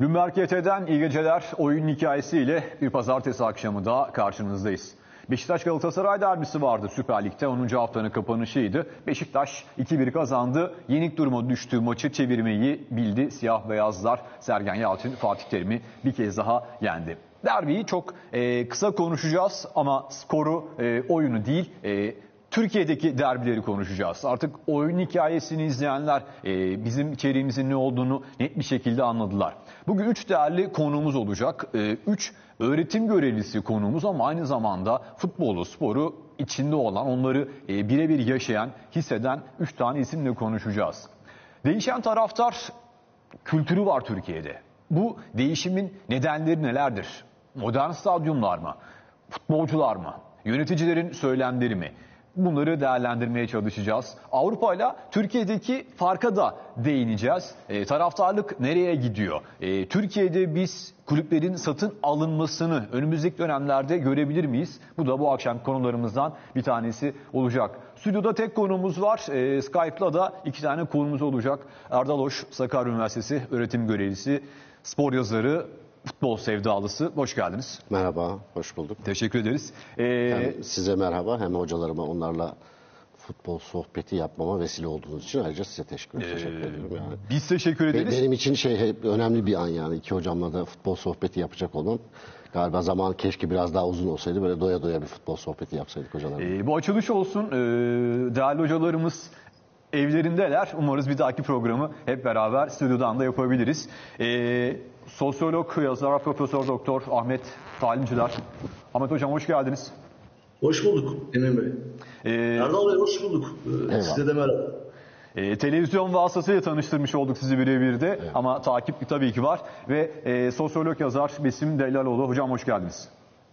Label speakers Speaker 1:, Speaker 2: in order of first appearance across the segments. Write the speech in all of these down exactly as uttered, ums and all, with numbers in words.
Speaker 1: Bloomberg Y T'den iyi geceler. Oyun hikayesiyle bir pazartesi akşamı daha karşınızdayız. Beşiktaş Galatasaray derbisi vardı Süper Lig'de. onuncu haftanın kapanışıydı. Beşiktaş iki bir kazandı. Yenik duruma düştüğü maçı çevirmeyi bildi. Siyah beyazlar Sergen Yalçın Fatih Terim'i bir kez daha yendi. Derbiyi çok e, kısa konuşacağız ama skoru, e, oyunu değil, e, Türkiye'deki derbileri konuşacağız. Artık oyun hikayesini izleyenler e, bizim içeriğimizin ne olduğunu net bir şekilde anladılar. Bugün üç değerli konuğumuz olacak. E, üç öğretim görevlisi konuğumuz ama aynı zamanda futbolu, sporu içinde olan, onları e, birebir yaşayan, hisseden üç tane isimle konuşacağız. Değişen taraftar kültürü var Türkiye'de. Bu değişimin nedenleri nelerdir? Modern stadyumlar mı? Futbolcular mı? Yöneticilerin söylemleri mi? Bunları değerlendirmeye çalışacağız. Avrupa ile Türkiye'deki farka da değineceğiz. E, taraftarlık nereye gidiyor? E, Türkiye'de biz kulüplerin satın alınmasını önümüzdeki dönemlerde görebilir miyiz? Bu da bu akşam konularımızdan bir tanesi olacak. Stüdyoda tek konuğumuz var. E, Skype'la da iki tane konuğumuz olacak. Erdal Hoş, Sakarya Üniversitesi öğretim görevlisi, spor yazarı, futbol sevdalısı. Hoş geldiniz.
Speaker 2: Merhaba, hoş bulduk.
Speaker 1: Teşekkür ederiz. Ee,
Speaker 2: hem size merhaba, hem hocalarıma onlarla futbol sohbeti yapmama vesile olduğunuz için ayrıca size teşekkür,
Speaker 1: ee,
Speaker 2: teşekkür ediyorum. Yani.
Speaker 1: Biz teşekkür ederiz.
Speaker 2: Benim için şey önemli bir an yani. İki hocamla da futbol sohbeti yapacak olmam. Galiba zaman keşke biraz daha uzun olsaydı. Böyle doya doya bir futbol sohbeti yapsaydık hocalarımla.
Speaker 1: Ee, bu açılış olsun. Ee, değerli hocalarımız evlerindeler. Umarız bir dahaki programı hep beraber stüdyodan da yapabiliriz. Ee, sosyolog, yazar, profesör doktor Ahmet Talimciler. Ahmet Hocam hoş geldiniz.
Speaker 3: Hoş bulduk Emin Bey.
Speaker 1: Ee,
Speaker 3: Erdal Bey hoş bulduk. Ee, size de merhaba.
Speaker 1: E, televizyon vasıtasıyla tanıştırmış olduk sizi birebir de, evet. Ama takip tabii ki var. Ve e, sosyolog yazar Besim Delaloğlu. Hocam hoş geldiniz.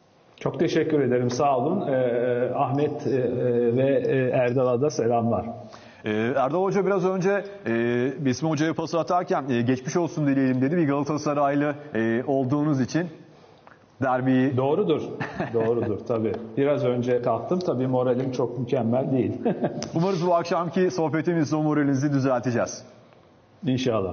Speaker 4: Çok teşekkür ederim, sağ olun. Ee, Ahmet e, ve Erdal'a da selamlar.
Speaker 1: Ee, Erdal Hoca biraz önce e, Besim Hoca'ya pası atarken e, geçmiş olsun dileyelim dedi. Bir Galatasaraylı e, olduğunuz için derbiyi...
Speaker 4: Doğrudur, doğrudur tabii. Biraz önce kalktım, tabii moralim çok mükemmel değil.
Speaker 1: Umarız bu akşamki sohbetimizle o moralinizi düzelteceğiz.
Speaker 4: İnşallah.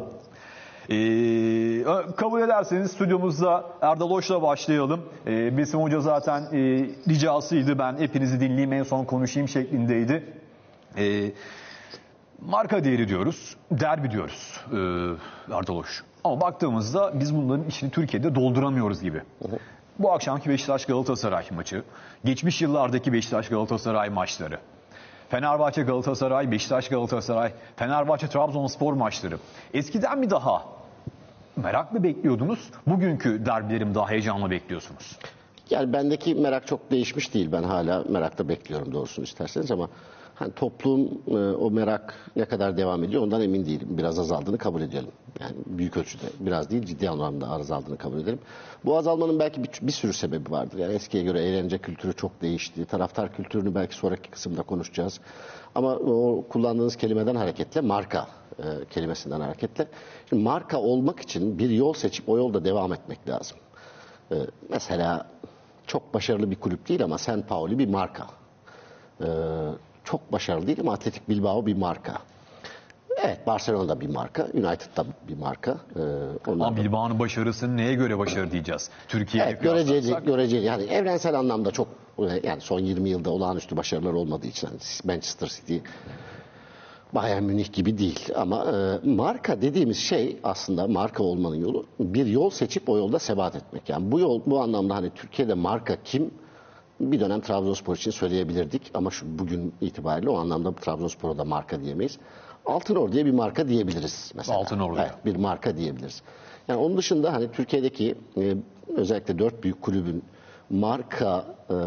Speaker 1: Ee, kabul ederseniz stüdyomuzda Erdal Hoş'la başlayalım. Ee, Besim Hoca zaten e, ricasıydı, ben hepinizi dinleyeyim en son konuşayım şeklindeydi. Ee, marka değeri diyoruz, derbi diyoruz ee, Erdal Hoş. Ama baktığımızda biz bunların içini Türkiye'de dolduramıyoruz gibi. Bu akşamki Beşiktaş Galatasaray maçı, geçmiş yıllardaki Beşiktaş Galatasaray maçları, Fenerbahçe Galatasaray, Beşiktaş Galatasaray, Fenerbahçe Trabzonspor maçları. Eskiden mi daha meraklı bekliyordunuz? Bugünkü derbileri mi daha heyecanlı bekliyorsunuz?
Speaker 2: Yani bendeki merak çok değişmiş değil. Ben hala merakla bekliyorum doğrusunu isterseniz ama hani toplum e, o merak ne kadar devam ediyor ondan emin değilim. Biraz azaldığını kabul edelim. Yani büyük ölçüde, biraz değil ciddi anlamda azaldığını kabul edelim. Bu azalmanın belki bir, bir sürü sebebi vardır. Yani eskiye göre eğlence kültürü çok değişti. Taraftar kültürünü belki sonraki kısımda konuşacağız. Ama o kullandığınız kelimeden hareketle, marka e, kelimesinden hareketle. Şimdi marka olmak için bir yol seçip o yolda devam etmek lazım. E, mesela çok başarılı bir kulüp değil ama San Pauli bir marka. E, çok başarılı değil ama Atletik Bilbao bir marka. Evet, Barcelona'da bir marka, United'da bir marka. Ee,
Speaker 1: Ama Bilbao'nun başarısını neye göre başarı diyeceğiz? Türkiye'ye
Speaker 2: evet, göreceli, göreceli. Yani evrensel anlamda çok, yani son yirmi yılda olağanüstü başarılar olmadığı için yani Manchester City, Bayern Münih gibi değil. Ama e, marka dediğimiz şey aslında marka olmanın yolu bir yol seçip o yolda sebat etmek. Yani bu yol, bu anlamda hani Türkiye'de marka kim? Bir dönem Trabzonspor için söyleyebilirdik ama şu bugün itibariyle o anlamda Trabzonspor'a da marka diyemeyiz. Altınordu'ya bir marka diyebiliriz mesela.
Speaker 1: Altınordu'ya.
Speaker 2: Evet, bir marka diyebiliriz. Yani onun dışında hani Türkiye'deki e, özellikle dört büyük kulübün marka e,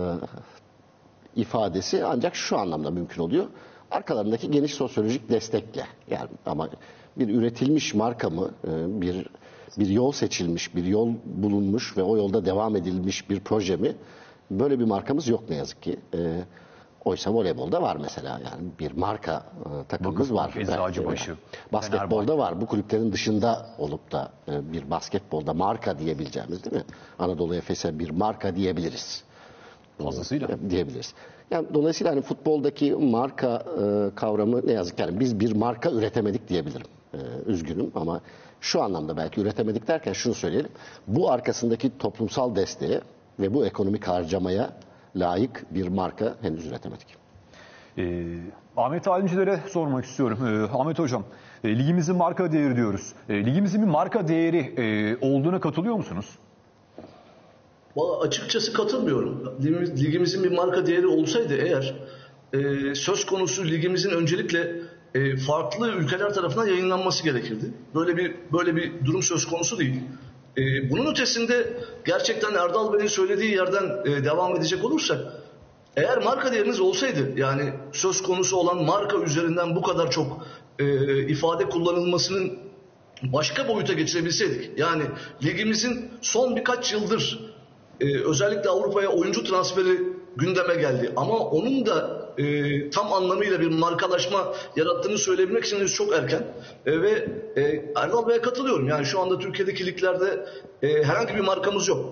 Speaker 2: ifadesi ancak şu anlamda mümkün oluyor. Arkalarındaki geniş sosyolojik destekle. Yani ama bir üretilmiş marka mı, e, bir bir yol seçilmiş, bir yol bulunmuş ve o yolda devam edilmiş bir proje mi? Böyle bir markamız yok ne yazık ki. E, oysa voleybolda var mesela, yani bir marka e, takımımız var.
Speaker 1: Eczacıbaşı.
Speaker 2: Basketbolda var. Bu kulüplerin dışında olup da e, bir basketbolda marka diyebileceğimiz, değil mi? Anadolu Efes'e bir marka diyebiliriz.
Speaker 1: Fazlasıyla.
Speaker 2: E, diyebiliriz. Yani dolayısıyla hani futboldaki marka e, kavramı ne yazık ki yani biz bir marka üretemedik diyebilirim. Ee, üzgünüm ama şu anlamda belki üretemedik derken şunu söyleyelim. Bu arkasındaki toplumsal desteğe ve bu ekonomik harcamaya layık bir marka henüz üretemedik.
Speaker 1: Ee, Ahmet Alemcilere sormak istiyorum. Ee, Ahmet Hocam, e, ligimizin marka değeri diyoruz. E, ligimizin bir marka değeri e, olduğuna katılıyor musunuz?
Speaker 3: Vallahi açıkçası katılmıyorum. Ligimiz- Ligimizin bir marka değeri olsaydı eğer e, söz konusu ligimizin öncelikle e, farklı ülkeler tarafından yayınlanması gerekirdi. Böyle bir böyle bir durum söz konusu değil. E, bunun ötesinde gerçekten Erdal Bey'in söylediği yerden e, devam edecek olursak, eğer marka değeriniz olsaydı, yani söz konusu olan marka üzerinden bu kadar çok e, ifade kullanılmasının başka boyuta geçirebilseydik, yani ligimizin son birkaç yıldır e, özellikle Avrupa'ya oyuncu transferi gündeme geldi ama onun da e, tam anlamıyla bir markalaşma yarattığını söyleyebilmek için henüz çok erken. E, ve e, Erdal Bey'e katılıyorum, yani şu anda Türkiye'deki liglerde e, herhangi bir markamız yok.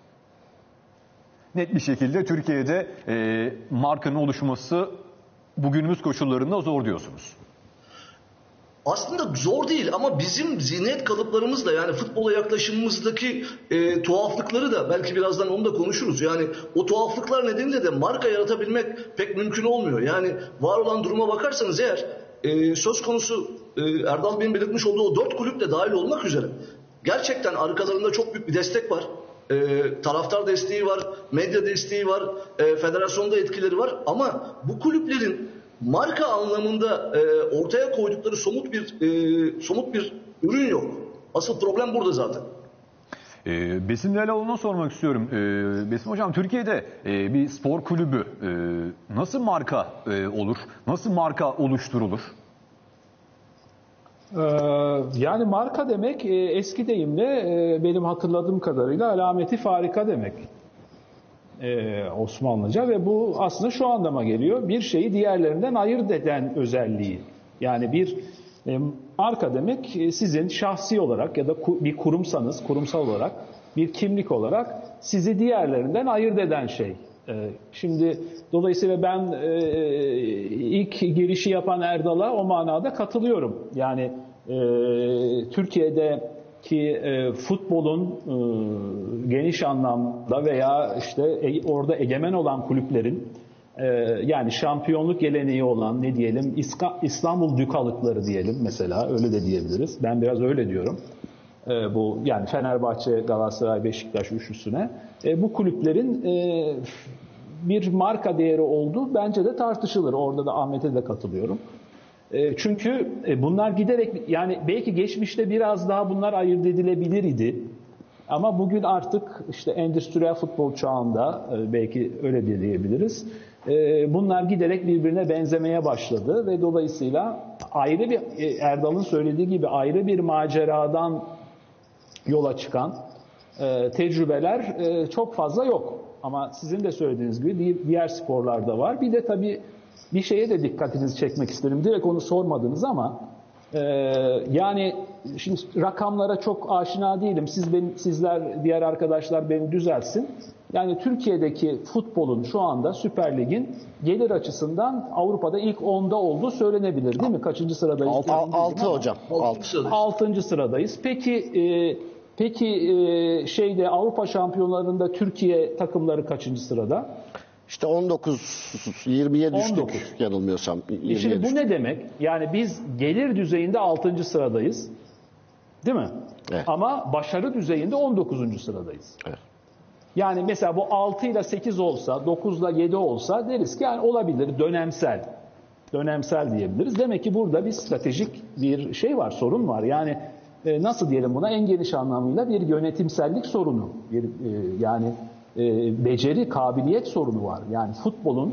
Speaker 1: Net bir şekilde Türkiye'de e, markanın oluşması bugünümüz koşullarında zor diyorsunuz.
Speaker 3: Aslında zor değil ama bizim zihniyet kalıplarımızla, yani futbola yaklaşımımızdaki e, tuhaflıkları da belki birazdan onu da konuşuruz. Yani o tuhaflıklar nedeniyle de marka yaratabilmek pek mümkün olmuyor. Yani var olan duruma bakarsanız eğer e, söz konusu e, Erdal Bey'in belirtmiş olduğu o dört kulüp de dahil olmak üzere gerçekten arkalarında çok büyük bir destek var. E, taraftar desteği var, medya desteği var, e, federasyonda etkileri var ama bu kulüplerin marka anlamında e, ortaya koydukları somut bir e, somut bir ürün yok. Asıl problem burada zaten.
Speaker 1: E, Besim Leyloğlu'na sormak istiyorum. E, Besim Hocam, Türkiye'de e, bir spor kulübü e, nasıl marka e, olur? Nasıl marka oluşturulur?
Speaker 4: Ee, yani marka demek e, eski deyimle e, benim hatırladığım kadarıyla alameti farika demek. Ee, Osmanlıca ve bu aslında şu anlama geliyor. Bir şeyi diğerlerinden ayırt eden özelliği. Yani bir e, marka demek e, sizin şahsi olarak ya da ku, bir kurumsanız, kurumsal olarak bir kimlik olarak sizi diğerlerinden ayırt eden şey. Ee, şimdi dolayısıyla ben e, ilk girişi yapan Erdal'a o manada katılıyorum. Yani e, Türkiye'deki e, futbolun e, geniş anlamda veya işte e, orada egemen olan kulüplerin e, yani şampiyonluk geleneği olan ne diyelim İska, İstanbul Dükalıkları diyelim mesela, öyle de diyebiliriz. Ben biraz öyle diyorum. E, bu yani Fenerbahçe, Galatasaray, Beşiktaş üçlüsüne e, bu kulüplerin e, bir marka değeri olduğu bence de tartışılır. Orada da Ahmet'e de katılıyorum. E, çünkü e, bunlar giderek, yani belki geçmişte biraz daha bunlar ayırt edilebilir idi. Ama bugün artık işte endüstriyel futbol çağında e, belki öyle de diyebiliriz. E, bunlar giderek birbirine benzemeye başladı ve dolayısıyla ayrı bir e, Erdal'ın söylediği gibi ayrı bir maceradan yola çıkan e, tecrübeler e, çok fazla yok. Ama sizin de söylediğiniz gibi diğer sporlarda var. Bir de tabii bir şeye de dikkatinizi çekmek isterim. Direkt onu sormadınız ama e, yani şimdi rakamlara çok aşina değilim. Siz benim, sizler, diğer arkadaşlar beni düzeltsin. Yani Türkiye'deki futbolun şu anda Süper Lig'in gelir açısından Avrupa'da ilk onda olduğu söylenebilir değil mi? Kaçıncı sıradayız?
Speaker 2: Altı, altı hocam.
Speaker 3: Altı.
Speaker 4: Altıncı sıradayız. Peki e, peki e, şeyde Avrupa şampiyonlarında Türkiye takımları kaçıncı sırada?
Speaker 2: İşte on dokuz yirmiye düştük
Speaker 4: on dokuz.
Speaker 2: yanılmıyorsam.
Speaker 4: E şimdi bu
Speaker 2: düştük.
Speaker 4: ne demek? Yani biz gelir düzeyinde altıncı sıradayız. Değil mi?
Speaker 2: Evet.
Speaker 4: Ama başarı düzeyinde on dokuzuncu sıradayız.
Speaker 2: Evet.
Speaker 4: Yani mesela bu altı ile sekiz olsa, dokuz ile yedi olsa deriz ki yani olabilir, dönemsel. Dönemsel diyebiliriz. Demek ki burada bir stratejik bir şey var, sorun var. Yani e, nasıl diyelim buna? En geniş anlamıyla bir yönetimsellik sorunu. Bir, e, yani e, beceri, kabiliyet sorunu var. Yani futbolun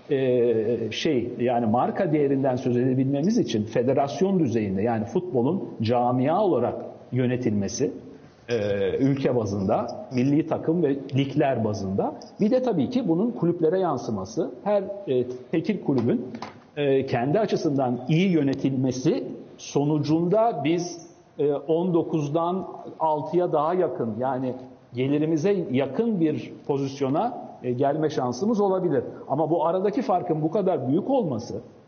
Speaker 4: e, şey yani marka değerinden söz edebilmemiz için federasyon düzeyinde, yani futbolun camia olarak yönetilmesi, e, ülke bazında, milli takım ve ligler bazında, bir de tabii ki bunun kulüplere yansıması, her e, tekil kulübün e, kendi açısından iyi yönetilmesi sonucunda biz e, on dokuzdan altıya daha yakın, yani gelirimize yakın bir pozisyona e, gelme şansımız olabilir. Ama bu aradaki farkın bu kadar büyük olması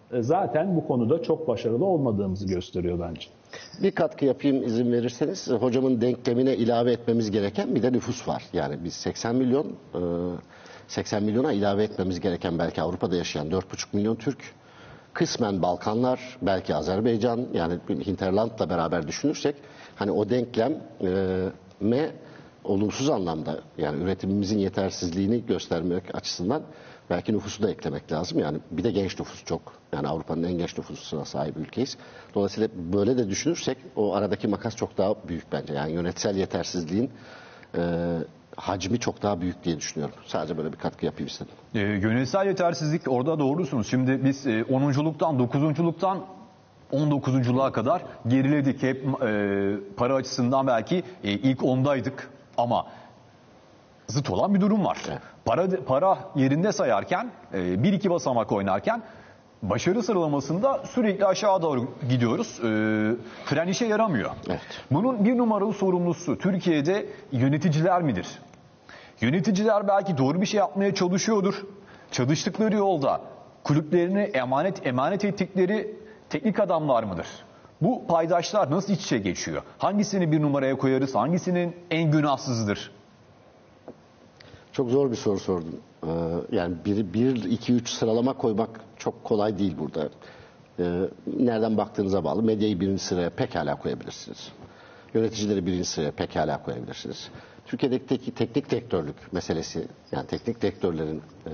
Speaker 4: zaten bu konuda çok başarılı olmadığımızı gösteriyor bence.
Speaker 2: Bir katkı yapayım izin verirseniz. Hocamın denklemine ilave etmemiz gereken bir de nüfus var. Yani biz seksen milyon, seksen milyona ilave etmemiz gereken belki Avrupa'da yaşayan dört buçuk milyon Türk, kısmen Balkanlar, belki Azerbaycan, yani hinterlandla beraber düşünürsek hani o denkleme olumsuz anlamda, yani üretimimizin yetersizliğini göstermek açısından belki nüfusu da eklemek lazım. Yani bir de genç nüfus çok. Yani Avrupa'nın en genç nüfusuna sahip ülkeyiz. Dolayısıyla böyle de düşünürsek o aradaki makas çok daha büyük bence. Yani yönetsel yetersizliğin e, hacmi çok daha büyük diye düşünüyorum. Sadece böyle bir katkı yapayım istedim.
Speaker 1: E, yönetsel yetersizlik orada doğrusunuz. Şimdi biz e, onunculuktan, dokuzunculuktan on dokuzunculuğa kadar geriledik. Hep e, para açısından belki e, ilk ondaydık ama zıt olan bir durum var. Evet. Para para yerinde sayarken, e, bir iki basamak oynarken başarı sıralamasında sürekli aşağı doğru gidiyoruz. E, fren işe yaramıyor.
Speaker 2: Evet.
Speaker 1: Bunun bir numaralı sorumlusu Türkiye'de yöneticiler midir? Yöneticiler belki doğru bir şey yapmaya çalışıyordur. Çalıştıkları yolda kulüplerine emanet emanet ettikleri teknik adamlar mıdır? Bu paydaşlar nasıl iç içe geçiyor? Hangisini bir numaraya koyarız? Hangisinin en günahsızıdır?
Speaker 2: Çok zor bir soru sordun. Ee, yani bir, bir, iki, üç sıralama koymak çok kolay değil burada. Ee, nereden baktığınıza bağlı. Medyayı birinci sıraya pekala koyabilirsiniz. Yöneticileri birinci sıraya pekala koyabilirsiniz. Türkiye'deki teknik direktörlük meselesi, yani teknik direktörlerin e,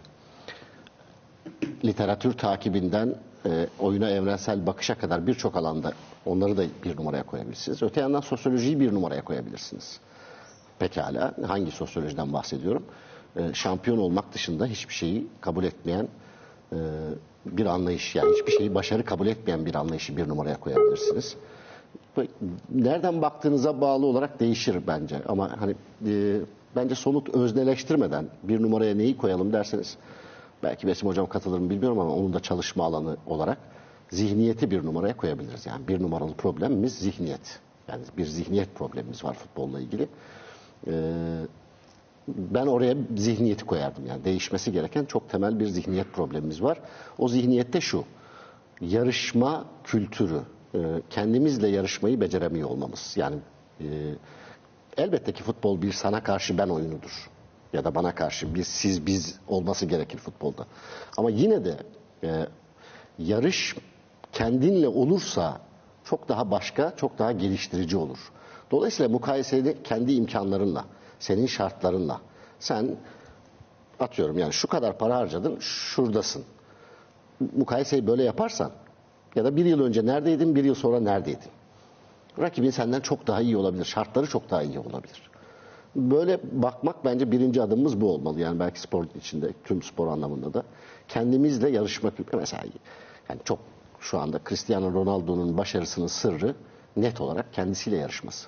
Speaker 2: literatür takibinden e, oyuna evrensel bakışa kadar birçok alanda onları da bir numaraya koyabilirsiniz. Öte yandan sosyolojiyi bir numaraya koyabilirsiniz. Pekala. Hangi sosyolojiden bahsediyorum? Ee, şampiyon olmak dışında hiçbir şeyi kabul etmeyen e, bir anlayış, yani hiçbir şeyi başarı kabul etmeyen bir anlayışı bir numaraya koyabilirsiniz. Nereden baktığınıza bağlı olarak değişir bence. Ama hani e, bence somut özneleştirmeden bir numaraya neyi koyalım derseniz, belki Besim Hocam katılır mı bilmiyorum ama onun da çalışma alanı olarak zihniyeti bir numaraya koyabiliriz. Yani bir numaralı problemimiz zihniyet. Yani bir zihniyet problemimiz var futbolla ilgili. Ben oraya zihniyeti koyardım. Yani değişmesi gereken çok temel bir zihniyet problemimiz var. O zihniyette şu: yarışma kültürü, kendimizle yarışmayı beceremiyor olmamız. Yani elbette ki futbol bir sana karşı ben oyunudur. Ya da bana karşı biz siz biz olması gerekir futbolda. Ama yine de yarış kendinle olursa çok daha başka, çok daha geliştirici olur. Dolayısıyla mukayesede kendi imkanlarınla, senin şartlarınla, sen atıyorum yani şu kadar para harcadın, şuradasın. Mukayeseyi böyle yaparsan ya da bir yıl önce neredeydin, bir yıl sonra neredeydin? Rakibin senden çok daha iyi olabilir, şartları çok daha iyi olabilir. Böyle bakmak bence birinci adımımız bu olmalı. Yani belki spor içinde, tüm spor anlamında da kendimizle yarışmak. Mesela yani çok şu anda Cristiano Ronaldo'nun başarısının sırrı net olarak kendisiyle yarışması.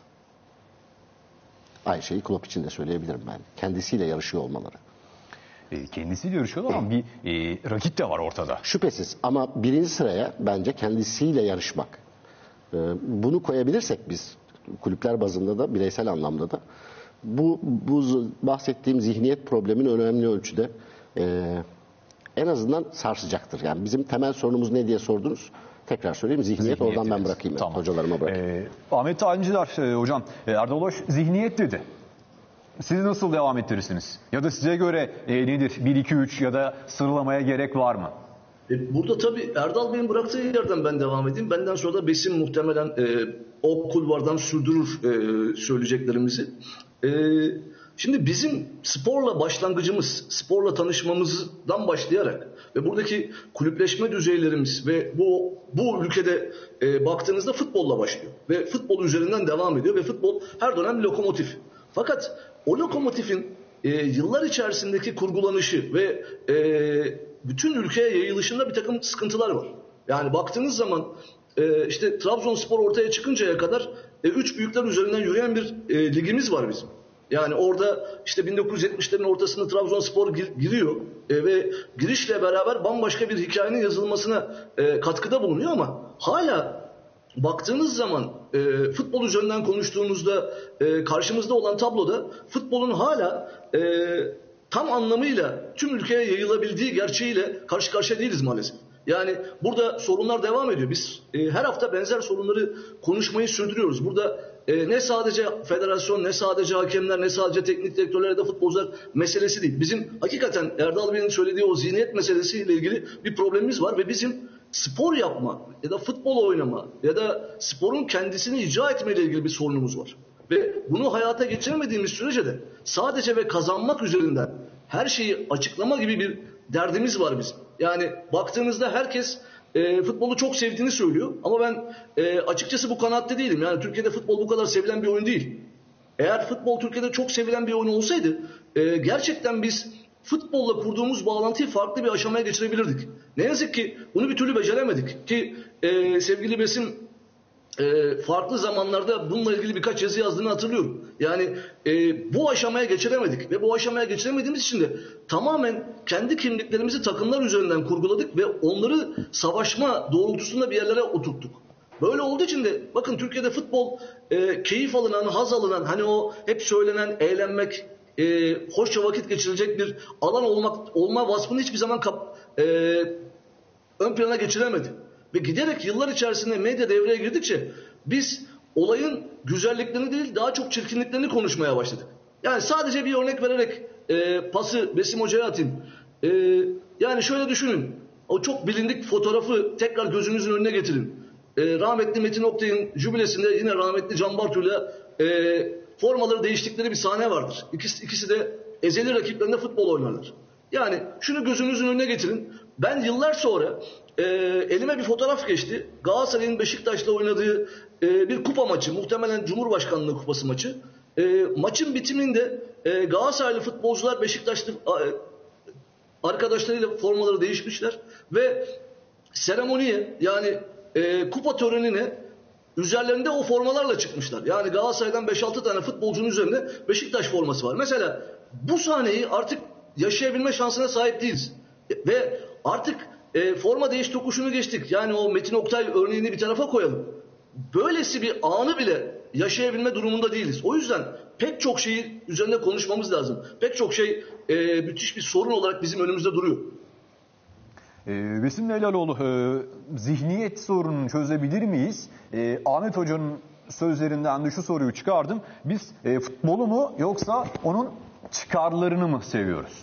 Speaker 2: Aynı şeyi Klopp için de söyleyebilirim ben. Kendisiyle yarışıyor olmaları.
Speaker 1: E, kendisiyle yarışıyorlar ama bir e, rakip de var ortada.
Speaker 2: Şüphesiz ama birinci sıraya bence kendisiyle yarışmak. E, bunu koyabilirsek biz kulüpler bazında da bireysel anlamda da bu, bu bahsettiğim zihniyet problemin önemli ölçüde e, en azından sarsacaktır. Yani bizim temel sorunumuz ne diye sordunuz. Tekrar söyleyeyim, zihniyet, zihniyet oradan ben bırakayım. Tamam. Hocalarıma bırakayım.
Speaker 1: Ee, Ahmet Tancılar e, hocam, e, Erdal Hoş zihniyet dedi. Siz nasıl devam ettirirsiniz? Ya da size göre e, nedir? bir iki üç ya da sıralamaya gerek var mı?
Speaker 3: E, burada tabii Erdal Bey'in bıraktığı yerden ben devam edeyim. Benden sonra da Besim muhtemelen e, o kulvardan sürdürür e, söyleyeceklerimizi. E, şimdi bizim sporla başlangıcımız, sporla tanışmamızdan başlayarak ve buradaki kulüpleşme düzeylerimiz ve bu bu ülkede e, baktığınızda futbolla başlıyor. Ve futbol üzerinden devam ediyor ve futbol her dönem lokomotif. Fakat o lokomotifin e, yıllar içerisindeki kurgulanışı ve e, bütün ülkeye yayılışında bir takım sıkıntılar var. Yani baktığınız zaman e, işte Trabzonspor ortaya çıkıncaya kadar e, üç büyükler üzerinden yürüyen bir e, ligimiz var bizim. Yani orada işte bin dokuz yüz yetmişlerin ortasında Trabzonspor gir, giriyor e, ve girişle beraber bambaşka bir hikayenin yazılmasına e, katkıda bulunuyor ama hala baktığınız zaman e, futbol üzerinden konuştuğumuzda e, karşımızda olan tabloda futbolun hala e, tam anlamıyla tüm ülkeye yayılabildiği gerçeğiyle karşı karşıya değiliz maalesef. Yani burada sorunlar devam ediyor. Biz e, her hafta benzer sorunları konuşmayı sürdürüyoruz. Burada e, ne sadece federasyon, ne sadece hakemler, ne sadece teknik direktörler ya da futbolcular meselesi değil. Bizim hakikaten Erdal Bey'in söylediği o zihniyet meselesiyle ilgili bir problemimiz var ve bizim spor yapma ya da futbol oynama ya da sporun kendisini icra etmeyle ilgili bir sorunumuz var. Ve bunu hayata geçiremediğimiz sürece de sadece ve kazanmak üzerinden her şeyi açıklama gibi bir derdimiz var bizim. Yani baktığınızda herkes e, futbolu çok sevdiğini söylüyor ama ben e, açıkçası bu kanaatte değilim. Yani Türkiye'de futbol bu kadar sevilen bir oyun değil. Eğer futbol Türkiye'de çok sevilen bir oyun olsaydı e, gerçekten biz futbolla kurduğumuz bağlantıyı farklı bir aşamaya geçirebilirdik. Ne yazık ki bunu bir türlü beceremedik. Ki e, sevgili Besim e, farklı zamanlarda bununla ilgili birkaç yazı yazdığını hatırlıyorum. Yani e, bu aşamaya geçiremedik ve bu aşamaya geçiremediğimiz için de tamamen kendi kimliklerimizi takımlar üzerinden kurguladık ve onları savaşma doğrultusunda bir yerlere oturttuk. Böyle olduğu için de bakın Türkiye'de futbol e, keyif alınan, haz alınan, hani o hep söylenen eğlenmek, e, hoşça vakit geçirilecek bir alan olmak olma vasfını hiçbir zaman kap, e, ön plana geçiremedi. Ve giderek yıllar içerisinde medya devreye girdikçe biz olayın güzelliklerini değil daha çok çirkinliklerini konuşmaya başladık. Yani sadece bir örnek vererek e, pası Besim Hoca'ya atayım. E, yani şöyle düşünün. O çok bilindik fotoğrafı tekrar gözünüzün önüne getirin. E, rahmetli Metin Oktay'ın jübilesinde yine rahmetli Can Bartu'yla e, formaları değiştikleri bir sahne vardır. İkisi, ikisi de ezeli rakiplerinde futbol oynarlar. Yani şunu gözünüzün önüne getirin. Ben yıllar sonra e, elime bir fotoğraf geçti. Galatasaray'ın Beşiktaş'la oynadığı e, bir kupa maçı. Muhtemelen Cumhurbaşkanlığı kupası maçı. E, maçın bitiminde e, Galatasaraylı futbolcular Beşiktaşlı e, arkadaşlarıyla formaları değişmişler. Ve seremoniye yani e, kupa törenine üzerlerinde o formalarla çıkmışlar. Yani Galatasaray'dan beş altı tane futbolcunun üzerinde Beşiktaş forması var. Mesela bu sahneyi artık yaşayabilme şansına sahip değiliz. Ve artık e, forma değiş tokuşunu geçtik. Yani o Metin Oktay örneğini bir tarafa koyalım. Böylesi bir anı bile yaşayabilme durumunda değiliz. O yüzden pek çok şeyi üzerinde konuşmamız lazım. Pek çok şey e, müthiş bir sorun olarak bizim önümüzde duruyor.
Speaker 1: Ee, Besim Leylaloğlu, e, zihniyet sorununu çözebilir miyiz? E, Ahmet Hoca'nın sözlerinden de şu soruyu çıkardım. Biz e, futbolu mu yoksa onun çıkarlarını mı seviyoruz?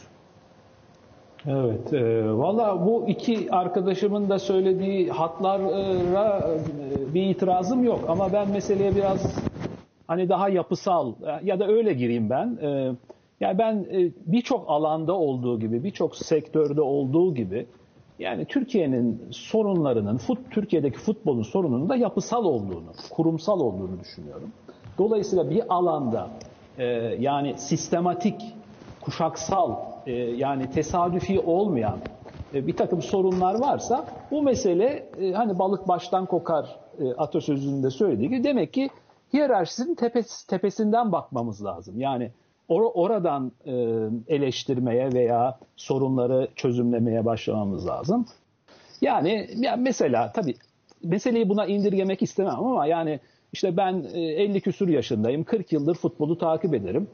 Speaker 4: Evet, e, valla bu iki arkadaşımın da söylediği hatlara e, bir itirazım yok. Ama ben meseleye biraz hani daha yapısal ya da öyle gireyim ben. E, yani ben e, birçok alanda olduğu gibi, birçok sektörde olduğu gibi yani Türkiye'nin sorunlarının, fut, Türkiye'deki futbolun sorununun da yapısal olduğunu, kurumsal olduğunu düşünüyorum. Dolayısıyla bir alanda e, yani sistematik, kuşaksal, e, yani tesadüfi olmayan e, bir takım sorunlar varsa bu mesele e, hani balık baştan kokar e, atasözünde söylediği gibi demek ki hiyerarşisinin tepesi, tepesinden bakmamız lazım. Yani or- oradan e, eleştirmeye veya sorunları çözümlemeye başlamamız lazım. Yani ya mesela tabii meseleyi buna indirgemek istemem ama yani işte ben e, elli küsur yaşındayım, kırk yıldır futbolu takip ederim.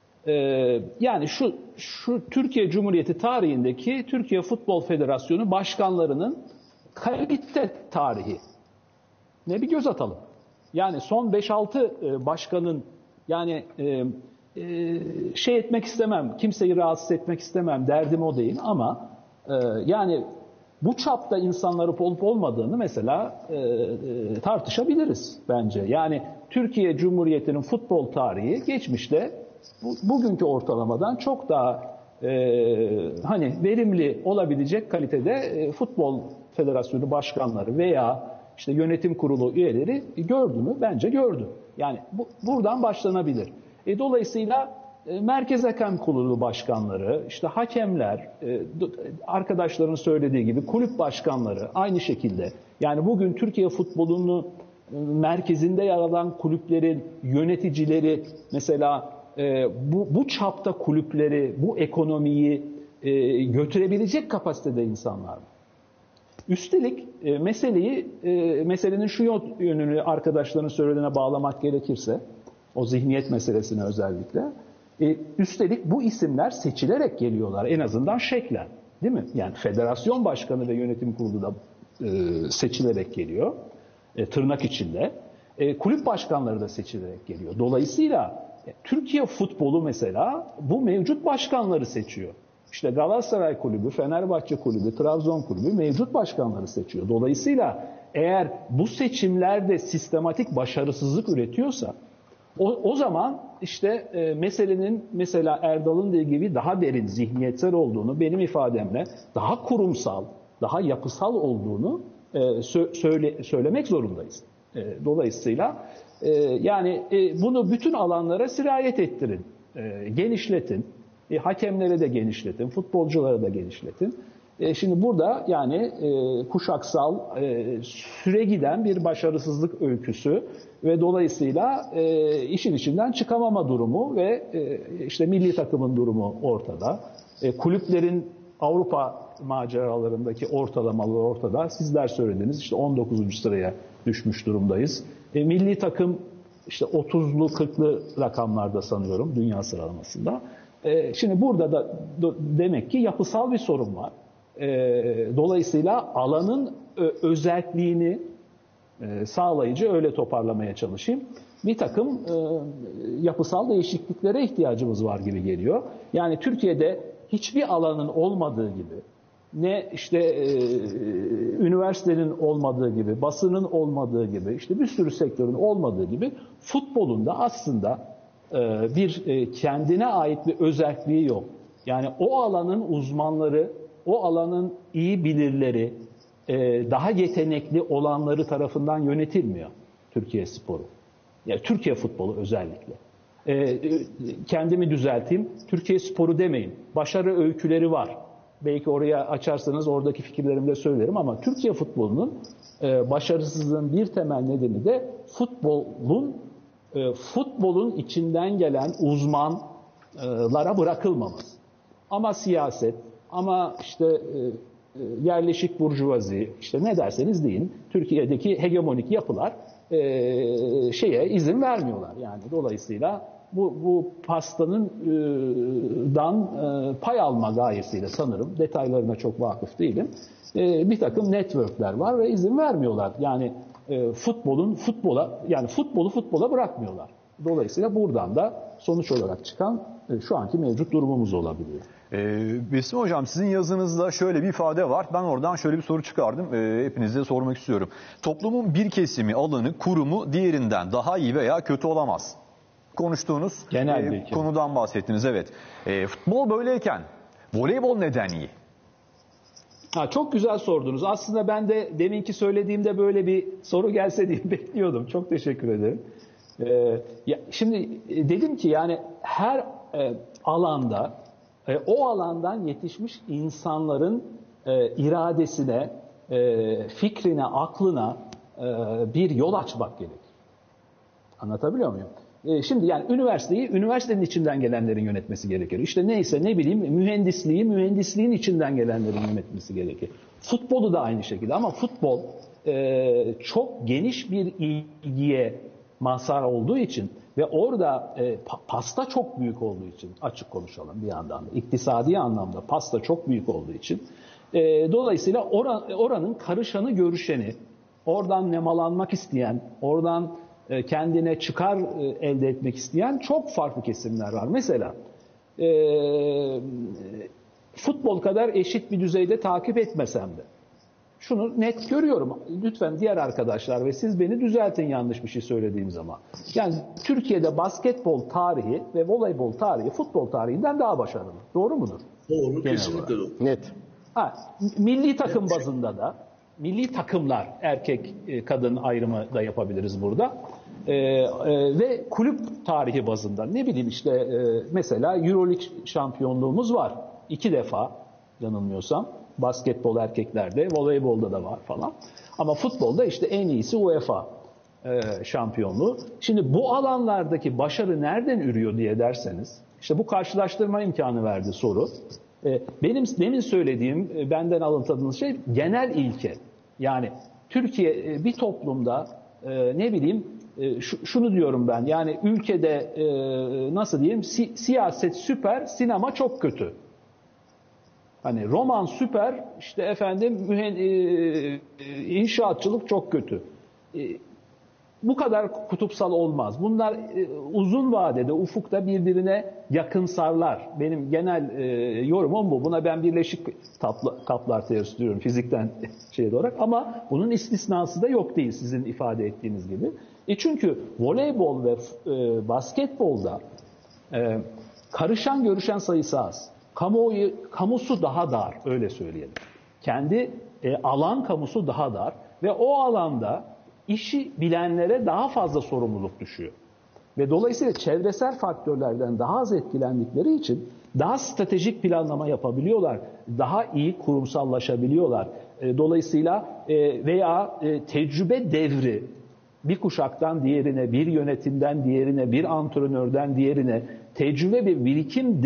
Speaker 4: Yani şu şu Türkiye Cumhuriyeti tarihindeki Türkiye Futbol Federasyonu başkanlarının kalite tarihi ne bir göz atalım. Yani son beş altı başkanın yani e, e, şey etmek istemem, kimseyi rahatsız etmek istemem, derdim o değil ama e, yani bu çapta insanların olup olmadığını mesela e, e, tartışabiliriz bence. Yani Türkiye Cumhuriyeti'nin futbol tarihi geçmişte bu, bugünkü ortalamadan çok daha e, hani verimli olabilecek kalitede e, futbol federasyonu başkanları veya işte yönetim kurulu üyeleri gördü mü? Bence gördü. Yani bu, buradan başlanabilir. E, dolayısıyla e, Merkez Hakem Kurulu başkanları, işte hakemler, e, arkadaşların söylediği gibi kulüp başkanları aynı şekilde. Yani bugün Türkiye futbolunu e, merkezinde yer alan kulüplerin yöneticileri mesela e, bu, bu çapta kulüpleri, bu ekonomiyi e, götürebilecek kapasitede insanlar. Üstelik e, meseleyi, e, meselenin şu yönünü arkadaşların söylediğine bağlamak gerekirse, o zihniyet meselesine özellikle, e, üstelik bu isimler seçilerek geliyorlar en azından şeklen. Değil mi? Yani federasyon başkanı ve yönetim kurulu da e, seçilerek geliyor. E, tırnak içinde. E, kulüp başkanları da seçilerek geliyor. Dolayısıyla e, Türkiye futbolu mesela bu mevcut başkanları seçiyor. İşte Galatasaray Kulübü, Fenerbahçe Kulübü, Trabzon Kulübü mevcut başkanları seçiyor. Dolayısıyla eğer bu seçimlerde sistematik başarısızlık üretiyorsa o, o zaman işte e, meselenin mesela Erdal'ın dediği gibi daha derin zihniyetsel olduğunu, benim ifademle daha kurumsal, daha yapısal olduğunu e, sö- söyle, söylemek zorundayız. E, dolayısıyla e, yani e, bunu bütün alanlara sirayet ettirin, e, genişletin, e, hakemlere de genişletin, futbolculara da genişletin. E, şimdi burada yani e, kuşaksal, e, süre giden bir başarısızlık öyküsü ve dolayısıyla e, işin içinden çıkamama durumu ve e, işte milli takımın durumu ortada. E, kulüplerin Avrupa maceralarındaki ortalamaları ortada. Sizler söylediniz, işte on dokuzuncu sıraya düşmüş durumdayız. E, milli takım işte otuzlu kırklı rakamlarda sanıyorum dünya sıralamasında. E, şimdi burada da do, demek ki yapısal bir sorun var. E, dolayısıyla alanın ö, özelliğini e, sağlayıcı öyle toparlamaya çalışayım. Bir takım e, yapısal değişikliklere ihtiyacımız var gibi geliyor. Yani Türkiye'de hiçbir alanın olmadığı gibi, ne işte e, üniversitenin olmadığı gibi, basının olmadığı gibi, işte bir sürü sektörün olmadığı gibi futbolun da aslında e, bir e, kendine ait bir özelliği yok. Yani o alanın uzmanları, o alanın iyi bilirleri, e, daha yetenekli olanları tarafından yönetilmiyor Türkiye sporu. Yani Türkiye futbolu özellikle. E, kendimi düzelteyim, Türkiye sporu demeyin. Başarı öyküleri var. Belki oraya açarsanız oradaki fikirlerimi de söylerim ama Türkiye futbolunun e, başarısızlığın bir temel nedeni de futbolun e, futbolun içinden gelen uzmanlara bırakılmaması. Ama siyaset, ama işte e, yerleşik burjuvazi, işte ne derseniz deyin, Türkiye'deki hegemonik yapılar e, şeye izin vermiyorlar. Yani dolayısıyla bu, bu pastanın e, dan e, pay alma gayesiyle sanırım, detaylarına çok vakıf değilim, e, bir takım networkler var ve izin vermiyorlar. Yani e, futbolun futbola, yani futbolu futbola bırakmıyorlar. Dolayısıyla buradan da sonuç olarak çıkan e, şu anki mevcut durumumuz olabiliyor.
Speaker 1: Ee, Besim Hocam, sizin yazınızda şöyle bir ifade var. Ben oradan şöyle bir soru çıkardım. Ee, hepinize sormak istiyorum. Toplumun bir kesimi, alanı, kurumu diğerinden daha iyi veya kötü olamaz. Konuştuğunuz
Speaker 4: Genel
Speaker 1: e, konudan bahsettiniz. Evet. E, futbol böyleyken voleybol neden iyi?
Speaker 4: Ha, çok güzel sordunuz. Aslında ben de deminki söylediğimde böyle bir soru gelse diye bekliyordum. Çok teşekkür ederim. Ee, ya, şimdi dedim ki yani her e, alanda e, o alandan yetişmiş insanların e, iradesine, e, fikrine, aklına e, bir yol açmak gerekir. Anlatabiliyor muyum? E, şimdi yani üniversiteyi üniversitenin içinden gelenlerin yönetmesi gerekir. İşte neyse ne bileyim mühendisliği mühendisliğin içinden gelenlerin yönetmesi gerekir. Futbolu da aynı şekilde ama futbol e, çok geniş bir ilgiye mazhar olduğu için ve orada e, pasta çok büyük olduğu için, açık konuşalım bir yandan da, iktisadi anlamda pasta çok büyük olduğu için e, dolayısıyla oran, oranın karışanı görüşeni, oradan nemalanmak isteyen, oradan e, kendine çıkar e, elde etmek isteyen çok farklı kesimler var. Mesela e, futbol kadar eşit bir düzeyde takip etmesem de şunu net görüyorum. Lütfen diğer arkadaşlar ve siz beni düzeltin yanlış bir şey söylediğim zaman. Yani Türkiye'de basketbol tarihi ve voleybol tarihi futbol tarihinden daha başarılı. Doğru mudur?
Speaker 3: Doğru,
Speaker 4: Genel
Speaker 3: kesinlikle
Speaker 4: olarak.
Speaker 3: doğru.
Speaker 2: Net.
Speaker 4: Ha, milli takım bazında da, milli takımlar, erkek kadın ayrımı da yapabiliriz burada. Ee, e, ve kulüp tarihi bazında ne bileyim işte e, mesela Euroleague şampiyonluğumuz var. İki defa yanılmıyorsam. Basketbol erkeklerde, voleybolda da var falan. Ama futbolda işte en iyisi UEFA e, şampiyonluğu. Şimdi bu alanlardaki başarı nereden ürüyor diye derseniz, işte bu karşılaştırma imkanı verdi soru. E, benim demin söylediğim, e, benden alıntadığınız şey genel ilke. Yani Türkiye e, bir toplumda e, ne bileyim e, şu, şunu diyorum ben, yani ülkede e, nasıl diyeyim si, siyaset süper, sinema çok kötü. Hani roman süper, işte efendim mühen, e, e, inşaatçılık çok kötü. E, bu kadar kutupsal olmaz. Bunlar e, uzun vadede, ufukta birbirine yakınsarlar. Benim genel e, yorumum bu. Buna ben birleşik kapla, kaplar teorisi diyorum fizikten şey olarak. Ama bunun istisnası da yok değil sizin ifade ettiğiniz gibi. E çünkü voleybol ve e, basketbolda e, karışan görüşen sayısı az. Kamuoyu, kamusu daha dar, öyle söyleyelim. Kendi e, alan kamusu daha dar ve o alanda işi bilenlere daha fazla sorumluluk düşüyor. Ve dolayısıyla çevresel faktörlerden daha az etkilendikleri için daha stratejik planlama yapabiliyorlar. Daha iyi kurumsallaşabiliyorlar. E, dolayısıyla e, veya e, tecrübe devri bir kuşaktan diğerine, bir yönetimden diğerine, bir antrenörden diğerine tecrübe ve birikim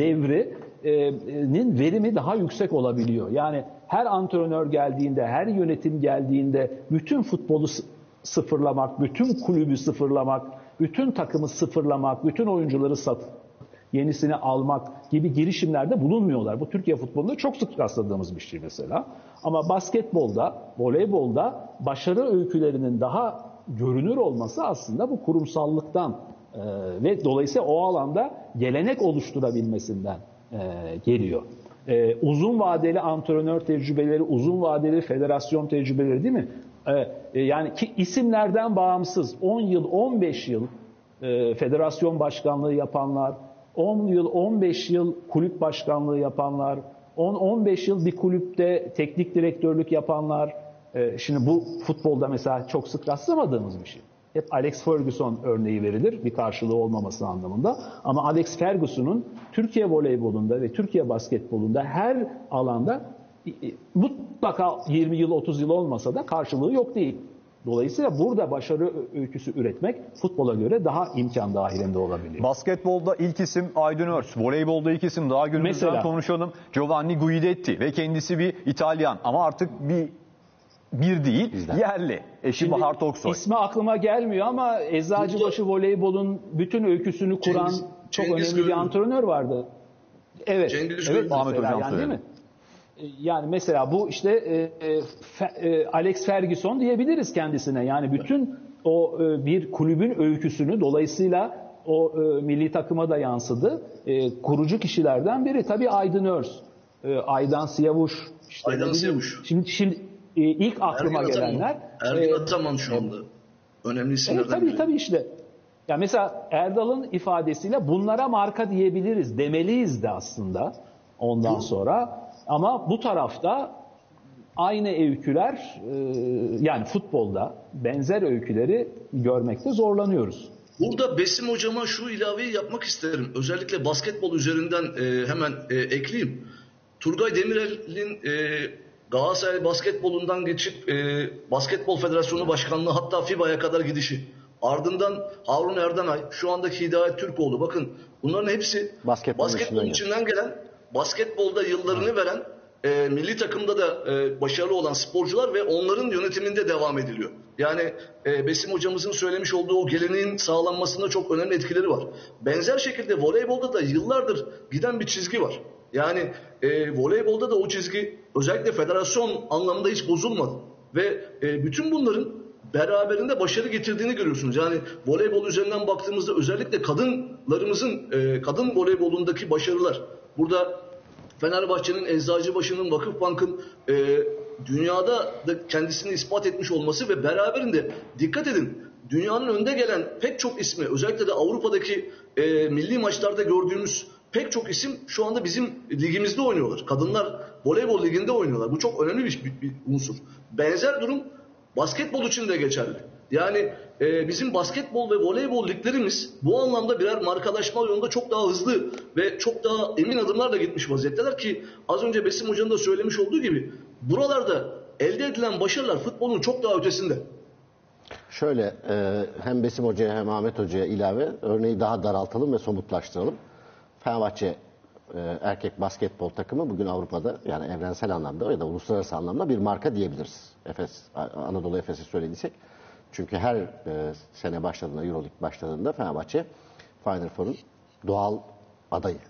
Speaker 4: devrinin verimi daha yüksek olabiliyor. Yani her antrenör geldiğinde, her yönetim geldiğinde bütün futbolu sıfırlamak, bütün kulübü sıfırlamak, bütün takımı sıfırlamak, bütün oyuncuları satıp yenisini almak gibi girişimlerde bulunmuyorlar. Bu Türkiye futbolunda çok sık rastladığımız bir şey mesela. Ama basketbolda, voleybolda başarı öykülerinin daha görünür olması aslında bu kurumsallıktan e, ve dolayısıyla o alanda gelenek oluşturabilmesinden e, geliyor. E, uzun vadeli antrenör tecrübeleri, uzun vadeli federasyon tecrübeleri değil mi? E, yani ki isimlerden bağımsız on yıl, on beş yıl e, federasyon başkanlığı yapanlar, on yıl, on beş yıl kulüp başkanlığı yapanlar, on on beş yıl bir kulüpte teknik direktörlük yapanlar. E, şimdi bu futbolda mesela çok sık rastlamadığımız bir şey. Hep Alex Ferguson örneği verilir bir karşılığı olmaması anlamında. Ama Alex Ferguson'un Türkiye voleybolunda ve Türkiye basketbolunda her alanda mutlaka yirmi yıl otuz yıl olmasa da karşılığı yok değil. Dolayısıyla burada başarı öyküsü üretmek futbola göre daha imkan dahilinde olabiliyor.
Speaker 1: Basketbolda ilk isim Aydın Örs, voleybolda ilk isim daha günümüzden
Speaker 4: Mesela,
Speaker 1: konuşalım. Giovanni Guidetti ve kendisi bir İtalyan ama artık bir bir değil, Bizden. yerli. Eşi Bahar Toksoy.
Speaker 4: İsmi aklıma gelmiyor ama Eczacıbaşı voleybolun bütün öyküsünü kuran Cengiz, çok Cengiz önemli bir antrenör vardı. Evet.
Speaker 3: Cengiz
Speaker 4: evet
Speaker 1: Ahmet Hocam
Speaker 4: yani,
Speaker 1: söyledi.
Speaker 4: değil mi? Yani mesela bu işte e, e, Alex Ferguson diyebiliriz kendisine. Yani bütün o e, bir kulübün öyküsünü dolayısıyla o e, milli takıma da yansıdı. E, kurucu kişilerden biri tabii Aydın Örs, e, Aydan Siyavuş. Işte
Speaker 3: Aydan Siyavuş.
Speaker 4: Şimdi, şimdi e, ilk aklıma
Speaker 3: Ergin
Speaker 4: gelenler.
Speaker 3: Ergin
Speaker 4: e,
Speaker 3: Ataman şu anda. Önemli isimlerden
Speaker 4: evet, tabii
Speaker 3: biri.
Speaker 4: tabii işte. Ya mesela Erdal'ın ifadesiyle bunlara marka diyebiliriz, demeliyiz de aslında ondan sonra. Ama bu tarafta aynı öyküler, yani futbolda benzer öyküleri görmekte zorlanıyoruz.
Speaker 3: Burada Besim hocama şu ilaveyi yapmak isterim. Özellikle basketbol üzerinden e, hemen e, ekleyeyim. Turgay Demirel'in e, Galatasaray basketbolundan geçip e, Basketbol Federasyonu Başkanlığı hatta FIBA'ya kadar gidişi. Ardından Harun Erdanay, şu andaki Hidayet Türkoğlu. Bakın bunların hepsi
Speaker 2: basketbolun
Speaker 3: basketbolun içinden gelen, basketbolda yıllarını
Speaker 2: Hı.
Speaker 3: veren, e, milli takımda da e, başarılı olan sporcular ve onların yönetiminde devam ediliyor. Yani e, Besim hocamızın söylemiş olduğu o geleneğin sağlanmasında çok önemli etkileri var. Benzer şekilde voleybolda da yıllardır giden bir çizgi var. Yani e, voleybolda da o çizgi özellikle federasyon anlamında hiç bozulmadı. Ve e, bütün bunların beraberinde başarı getirdiğini görüyorsunuz. Yani voleybol üzerinden baktığımızda özellikle kadınlarımızın e, kadın voleybolundaki başarılar. Burada Fenerbahçe'nin, Eczacıbaşı'nın, Vakıfbank'ın e, dünyada da kendisini ispat etmiş olması ve beraberinde dikkat edin dünyanın önde gelen pek çok ismi özellikle de Avrupa'daki e, milli maçlarda gördüğümüz pek çok isim şu anda bizim ligimizde oynuyorlar. Kadınlar voleybol liginde oynuyorlar. Bu çok önemli bir, bir, bir unsur. Benzer durum basketbol için de geçerli. Yani e, bizim basketbol ve voleybol liglerimiz bu anlamda birer markalaşma yolunda çok daha hızlı ve çok daha emin adımlarla gitmiş vaziyetteler ki az önce Besim Hoca'nın da söylemiş olduğu gibi buralarda elde edilen başarılar futbolun çok daha ötesinde.
Speaker 2: Şöyle e, hem Besim Hoca'ya hem Ahmet Hoca'ya ilave örneği daha daraltalım ve somutlaştıralım. Fenerbahçe e, erkek basketbol takımı bugün Avrupa'da yani evrensel anlamda ya da uluslararası anlamda bir marka diyebiliriz. Efes, Anadolu Efes'i söylediysek. Çünkü her e, sene başladığında, Euroleague başladığında Fenerbahçe Final Four'un doğal adayı.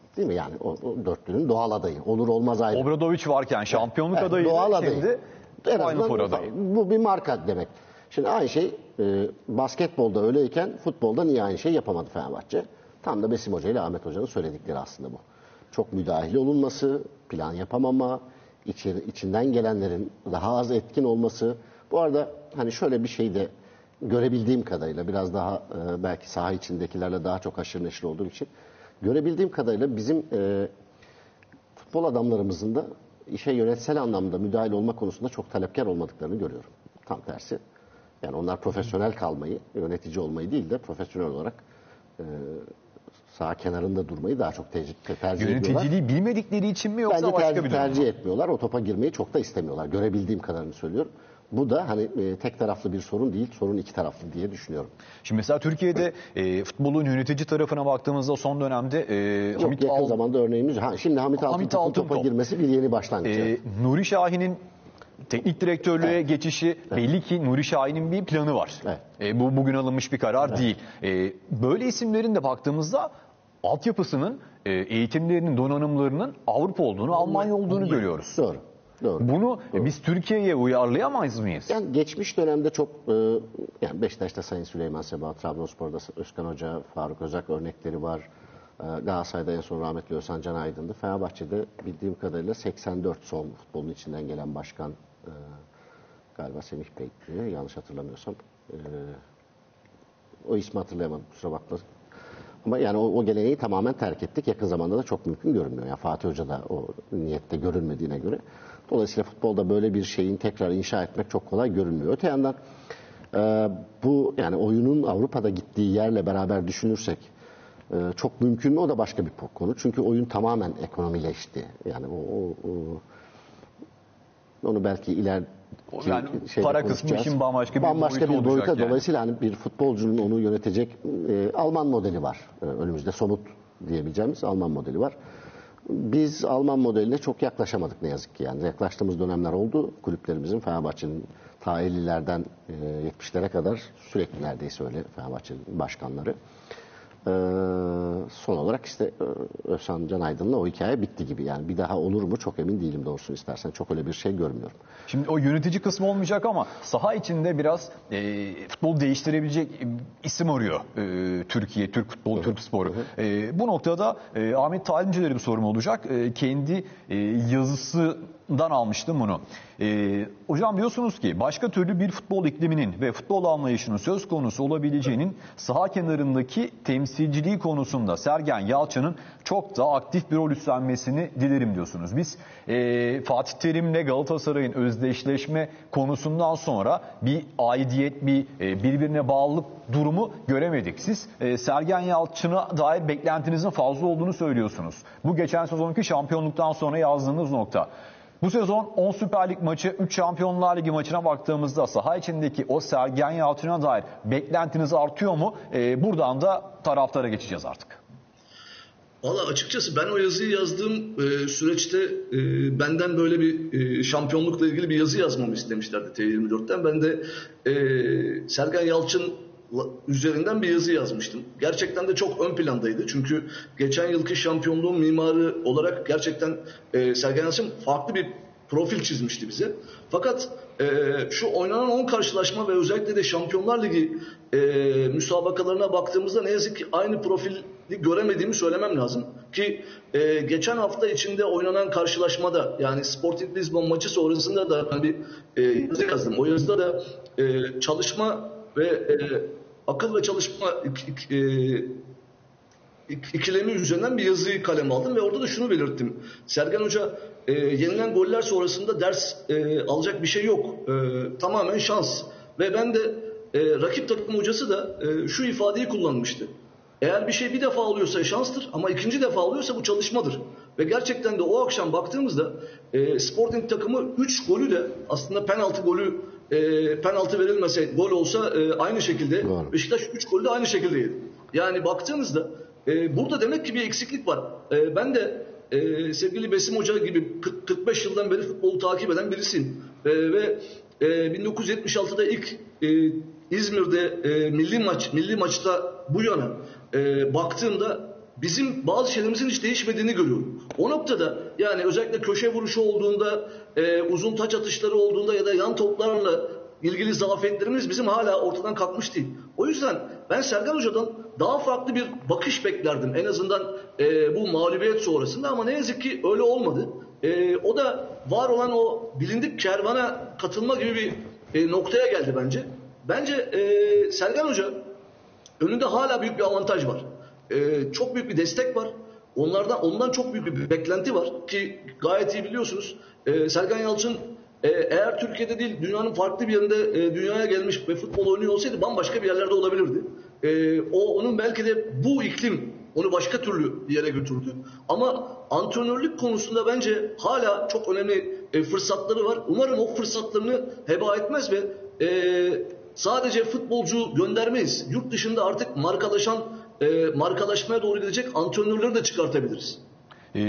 Speaker 2: Değil mi? Yani o, o dörtlünün doğal adayı. Olur olmaz ayrı.
Speaker 1: Obradoviç varken şampiyonluk
Speaker 2: Evet,
Speaker 1: adayı.
Speaker 2: doğal adayı.
Speaker 1: Şimdi
Speaker 2: En
Speaker 1: Final
Speaker 2: azından
Speaker 1: Four adayı.
Speaker 2: bu bir marka demek. Şimdi aynı şey e, basketbolda öyleyken futbolda niye aynı şey yapamadı Fenerbahçe? Tam da Besim Hoca ile Ahmet Hoca'nın söyledikleri aslında bu. Çok müdahil olunması, plan yapamama, içeri, içinden gelenlerin daha az etkin olması. Bu arada hani şöyle bir şey de görebildiğim kadarıyla biraz daha e, belki saha içindekilerle daha çok haşır neşir olduğum için görebildiğim kadarıyla bizim e, futbol adamlarımızın da işe yönetsel anlamda müdahil olma konusunda çok talepkar olmadıklarını görüyorum. Tam tersi. Yani onlar profesyonel kalmayı, yönetici olmayı değil de profesyonel olarak e, saha kenarında durmayı daha çok tercih, tercih ediyorlar.
Speaker 1: Yöneticiliği bilmedikleri için mi yoksa
Speaker 2: Bence
Speaker 1: başka
Speaker 2: tercih,
Speaker 1: bir durum mu?
Speaker 2: tercih etmiyorlar. O topa girmeyi çok da istemiyorlar. Görebildiğim kadarını söylüyorum. Bu da hani e, tek taraflı bir sorun değil, sorun iki taraflı diye düşünüyorum.
Speaker 1: Şimdi mesela Türkiye'de e, futbolun yönetici tarafına baktığımızda son dönemde e,
Speaker 2: Yok,
Speaker 1: Hamit
Speaker 2: yakın
Speaker 1: Al-
Speaker 2: zamanda örneğimiz. Ha, şimdi Hamit,
Speaker 1: Hamit
Speaker 2: Altıntop'un topa
Speaker 1: Altıntop.
Speaker 2: girmesi bir yeni başlangıç.
Speaker 1: e,
Speaker 2: Evet.
Speaker 1: Nuri Şahin'in teknik direktörlüğe
Speaker 2: Evet.
Speaker 1: geçişi belli ki Nuri Şahin'in bir planı var.
Speaker 2: Evet.
Speaker 1: E, bu bugün alınmış bir karar değil. E, böyle isimlerin de baktığımızda altyapısının, e, eğitimlerinin, donanımlarının Avrupa olduğunu, Almanya olduğunu görüyoruz.
Speaker 2: Doğru. Doğru.
Speaker 1: Bunu e, biz Türkiye'ye uyarlayamayız mıyız?
Speaker 2: Yani geçmiş dönemde çok e, yani Beşiktaş'ta Sayın Süleyman Seba, Trabzonspor'da Özkan Hoca, Faruk Özak örnekleri var. E, Galatasaray'da en son rahmetli Özhan Can Aydın'dı. Fenerbahçe'de bildiğim kadarıyla seksen dört son futbolun içinden gelen başkan e, galiba Semih Bey diyor, yanlış hatırlamıyorsam. E, o ismi hatırlayamadım, kusura bakma. Ama yani o, o geleneği tamamen terk ettik. Yakın zamanda da çok mümkün görünmüyor. Yani Fatih Hoca da o niyette görünmediğine göre. Dolayısıyla futbolda böyle bir şeyin tekrar inşa etmek çok kolay görünmüyor. Öte yandan e, bu yani oyunun Avrupa'da gittiği yerle beraber düşünürsek e, çok mümkün mü? O da başka bir konu. Çünkü oyun tamamen ekonomileşti. Yani o, o, o onu belki iler
Speaker 1: Yani
Speaker 2: şeyde
Speaker 1: para kısmı
Speaker 2: konuşacağız.
Speaker 1: işin bambaşka bir
Speaker 2: bambaşka
Speaker 1: boyutu
Speaker 2: bir boyuta.
Speaker 1: olacak yani.
Speaker 2: Dolayısıyla hani bir futbolcunun onu yönetecek e, Alman modeli var. E, önümüzde somut diyebileceğimiz Alman modeli var. Biz Alman modeline çok yaklaşamadık ne yazık ki. Yani yaklaştığımız dönemler oldu. Kulüplerimizin, Fenerbahçe'nin ta ellilerden e, yetmişlere kadar sürekli neredeyse öyle Fenerbahçe'nin başkanları. Ee, son olarak işte e, Özhan Can Aydın'la o hikaye bitti gibi. Yani bir daha olur mu çok emin değilim doğrusunu istersen. Çok öyle bir şey görmüyorum.
Speaker 1: Şimdi o yönetici kısmı olmayacak ama saha içinde biraz e, futbol değiştirebilecek e, isim arıyor e, Türkiye, Türk futbolu, Türk sporu. E, bu noktada e, Ahmet Talimcilere bir sorum olacak. E, kendi e, yazısından almıştım bunu. E, hocam diyorsunuz ki başka türlü bir futbol ikliminin ve futbol anlayışının söz konusu olabileceğinin saha kenarındaki temsilciliği konusunda Sergen Yalçın'ın çok daha aktif bir rol üstlenmesini dilerim diyorsunuz. Biz e, Fatih Terim'le Galatasaray'ın özdeşleşme konusundan sonra bir aidiyet, bir e, birbirine bağlılık durumu göremedik. Siz e, Sergen Yalçın'a dair beklentinizin fazla olduğunu söylüyorsunuz. Bu geçen sezonki şampiyonluktan sonra yazdığınız nokta. Bu sezon on Süper Lig maçı, üç Şampiyonlar Ligi maçına baktığımızda saha içindeki o Sergen Yalçın'a dair beklentiniz artıyor mu? Ee, buradan da taraftara geçeceğiz artık.
Speaker 3: Valla açıkçası ben o yazıyı yazdığım e, süreçte e, benden böyle bir e, şampiyonlukla ilgili bir yazı yazmamı istemişlerdi T yirmi dörtten. Ben de e, Sergen Yalçın üzerinden bir yazı yazmıştım. Gerçekten de çok ön plandaydı. Çünkü geçen yılki şampiyonluğun mimarı olarak gerçekten e, Sergen Yalçın farklı bir profil çizmişti bize. Fakat e, şu oynanan on karşılaşma ve özellikle de Şampiyonlar Ligi e, müsabakalarına baktığımızda ne yazık ki aynı profili göremediğimi söylemem lazım. Ki e, geçen hafta içinde oynanan karşılaşmada yani Sporting Lisbon maçı sonrasında da ben bir e, yazı yazdım. O yazıda da e, çalışma ve e, akıl ve çalışma ik, e, ikilemi üzerinden bir yazıyı kaleme aldım ve orada da şunu belirttim. Sergen Hoca e, yenilen goller sonrasında ders e, alacak bir şey yok. E, tamamen şans. Ve ben de e, rakip takım hocası da e, şu ifadeyi kullanmıştı. Eğer bir şey bir defa oluyorsa şanstır ama ikinci defa oluyorsa bu çalışmadır. Ve gerçekten de o akşam baktığımızda e, Sporting takımı üç golü de aslında penaltı golü e, penaltı verilmese gol olsa e, aynı şekilde
Speaker 2: Doğru.
Speaker 3: Beşiktaş üç golü de aynı şekilde yedi. Yani baktığınızda e, burada demek ki bir eksiklik var. E, ben de e, sevgili Besim Hoca gibi kırk kırk beş yıldan beri futbolu takip eden birisiyim. E, ve e, bin dokuz yüz yetmiş altıda ilk e, İzmir'de e, milli maç milli maçta bu yana e, baktığımda bizim bazı şeylerimizin hiç değişmediğini görüyorum. O noktada yani özellikle köşe vuruşu olduğunda, e, uzun taç atışları olduğunda ya da yan toplarla ilgili zafiyetlerimiz bizim hala ortadan kalkmış değil. O yüzden ben Sergen Hoca'dan daha farklı bir bakış beklerdim. En azından e, bu mağlubiyet sonrasında, ama ne yazık ki öyle olmadı. E, o da var olan o bilindik kervana katılma gibi bir e, noktaya geldi bence. Bence e, Sergen Hoca önünde hala büyük bir avantaj var. E, çok büyük bir destek var. Onlardan ondan çok büyük bir beklenti var ki gayet iyi biliyorsunuz. E, Sergen Yalçın e, eğer Türkiye'de değil dünyanın farklı bir yerinde e, dünyaya gelmiş ve futbol oynuyor olsaydı bambaşka bir yerlerde olabilirdi. E, o onun belki de bu iklim onu başka türlü bir yere götürdü. Ama antrenörlük konusunda bence hala çok önemli e, fırsatları var. Umarım o fırsatlarını heba etmez ve e, sadece futbolcu göndermeyiz. Yurt dışında artık markalaşan, e, markalaşmaya doğru gidecek antrenörleri de çıkartabiliriz.
Speaker 1: Ee,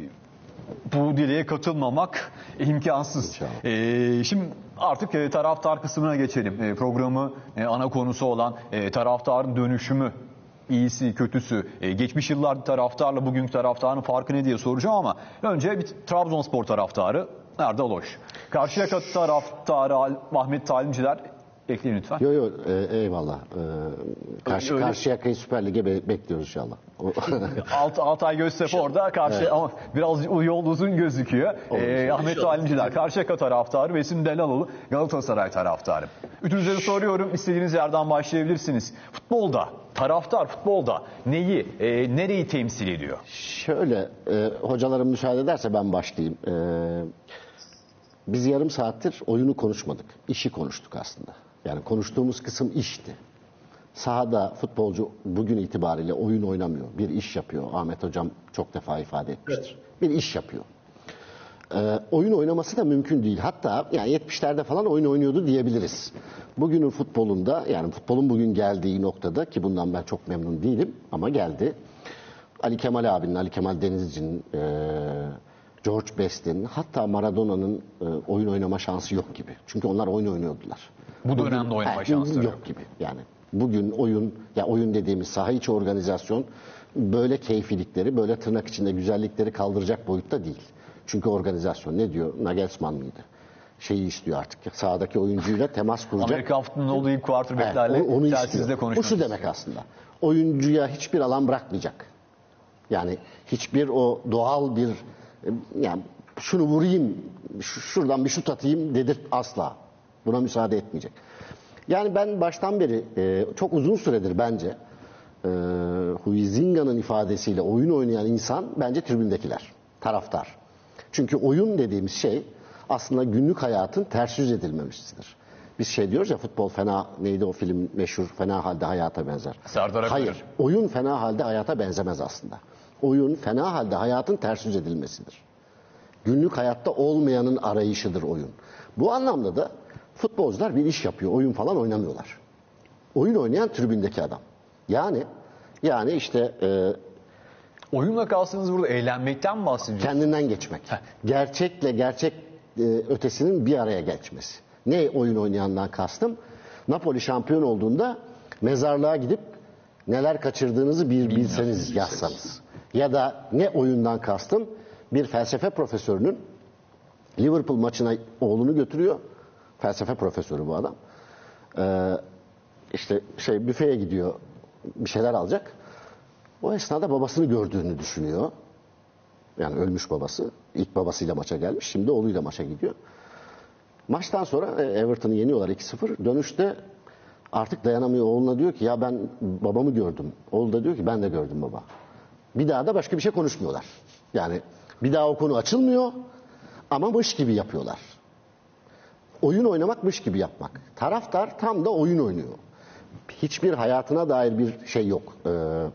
Speaker 1: bu dileğe katılmamak imkansız. Ee, şimdi artık e, taraftar kısmına geçelim. E, programı e, ana konusu olan e, taraftarın dönüşümü, iyisi, kötüsü, e, geçmiş yıllarda taraftarla bugünkü taraftarın farkı ne diye soracağım ama önce bir Trabzonspor taraftarı Erdal Hoş. Karşıyaka taraftarı Ahmet Talimciler, ekleyin lütfen.
Speaker 2: Yok yok e, eyvallah. E, karşı,
Speaker 1: Öyle-
Speaker 2: Karşıyaka'yı Süper Lig'e be- bekliyoruz inşallah. O-
Speaker 1: Alt, Altay Göztepe orada karşı ama biraz yol uzun gözüküyor. Ee, Ahmet
Speaker 3: İnşallah.
Speaker 1: Talimciler, Karşıyaka taraftarı, Vesim Delaloğlu Galatasaray taraftarı. Üçünüze de soruyorum, istediğiniz yerden başlayabilirsiniz. Futbolda, taraftar futbolda neyi, e, nereyi temsil ediyor?
Speaker 2: Şöyle, e, hocalarım müsaade ederse ben başlayayım. E, biz yarım saattir oyunu konuşmadık. İşi konuştuk aslında. Yani konuştuğumuz kısım işti. Sahada futbolcu bugün itibariyle oyun oynamıyor. Bir iş yapıyor. Ahmet Hocam çok defa ifade etmiştir. Bir iş yapıyor. Ee, oyun oynaması da mümkün değil. Hatta yani yetmişlerde falan oyun oynuyordu diyebiliriz. Bugünün futbolunda, yani futbolun bugün geldiği noktada, ki bundan ben çok memnun değilim ama geldi. Ali Kemal abinin, Ali Kemal Denizci'nin, e, George Best'in, hatta Maradona'nın e, oyun oynama şansı yok gibi. Çünkü onlar oyun oynuyordular.
Speaker 1: Bu dönemde oynama
Speaker 2: Ha,
Speaker 1: şansları
Speaker 2: yok gibi. Yani bugün oyun, ya oyun dediğimiz saha içi organizasyon böyle keyfilikleri, böyle tırnak içinde güzellikleri kaldıracak boyutta değil. Çünkü organizasyon ne diyor? Nagelsmann mıydı? Şeyi istiyor artık. Sahadaki oyuncuyla temas kuracak.
Speaker 1: Amerika futbolunun olduğu ilk quarterback'lerle
Speaker 2: Evet, onu
Speaker 1: telsizle
Speaker 2: istiyor. Bu
Speaker 1: konuşmak
Speaker 2: şu
Speaker 1: istiyor.
Speaker 2: demek aslında. Oyuncuya hiçbir alan bırakmayacak. Yani hiçbir o doğal bir, yani şunu vurayım, şu- şuradan bir şut atayım dedir asla. Buna müsaade etmeyecek. Yani ben baştan beri e, çok uzun süredir bence e, Huizinga'nın ifadesiyle oyun oynayan insan bence tribündekiler, taraftar. Çünkü oyun dediğimiz şey aslında günlük hayatın ters yüz edilmemiştir. Biz şey diyoruz ya, futbol fena, neydi o film meşhur, fena halde hayata benzer.
Speaker 1: Serdar Akbağ.
Speaker 2: Hayır, oyun fena halde hayata benzemez aslında. Oyun fena halde hayatın ters yüz edilmesidir. Günlük hayatta olmayanın arayışıdır oyun. Bu anlamda da futbolcular bir iş yapıyor, oyun falan oynamıyorlar. Oyun oynayan tribündeki adam. Yani yani işte e,
Speaker 1: Oyunla kalsınız burada eğlenmekten mi bahsediyorsunuz?
Speaker 2: kendinden geçmek. Gerçekle gerçek e, ötesinin bir araya geçmesi. Ne oyun oynayandan kastım? Napoli şampiyon olduğunda mezarlığa gidip neler kaçırdığınızı bir bilseniz, yazsanız. Ya da ne oyundan kastım? Bir felsefe profesörünün Liverpool maçına oğlunu götürüyor. Felsefe profesörü bu adam. Ee, işte şey büfeye gidiyor, bir şeyler alacak. O esnada babasını gördüğünü düşünüyor. Yani ölmüş babası. İlk babasıyla maça gelmiş. Şimdi oğluyla maça gidiyor. Maçtan sonra Everton'ı yeniyorlar iki sıfır. Dönüşte artık dayanamıyor, oğluna diyor ki ya ben babamı gördüm. Oğlu da diyor ki ben de gördüm baba. Bir daha da başka bir şey konuşmuyorlar. Yani bir daha o konu açılmıyor ama mış gibi yapıyorlar. Oyun oynamak mış gibi yapmak. Taraftar tam da oyun oynuyor. Hiçbir hayatına dair bir şey yok. Ee,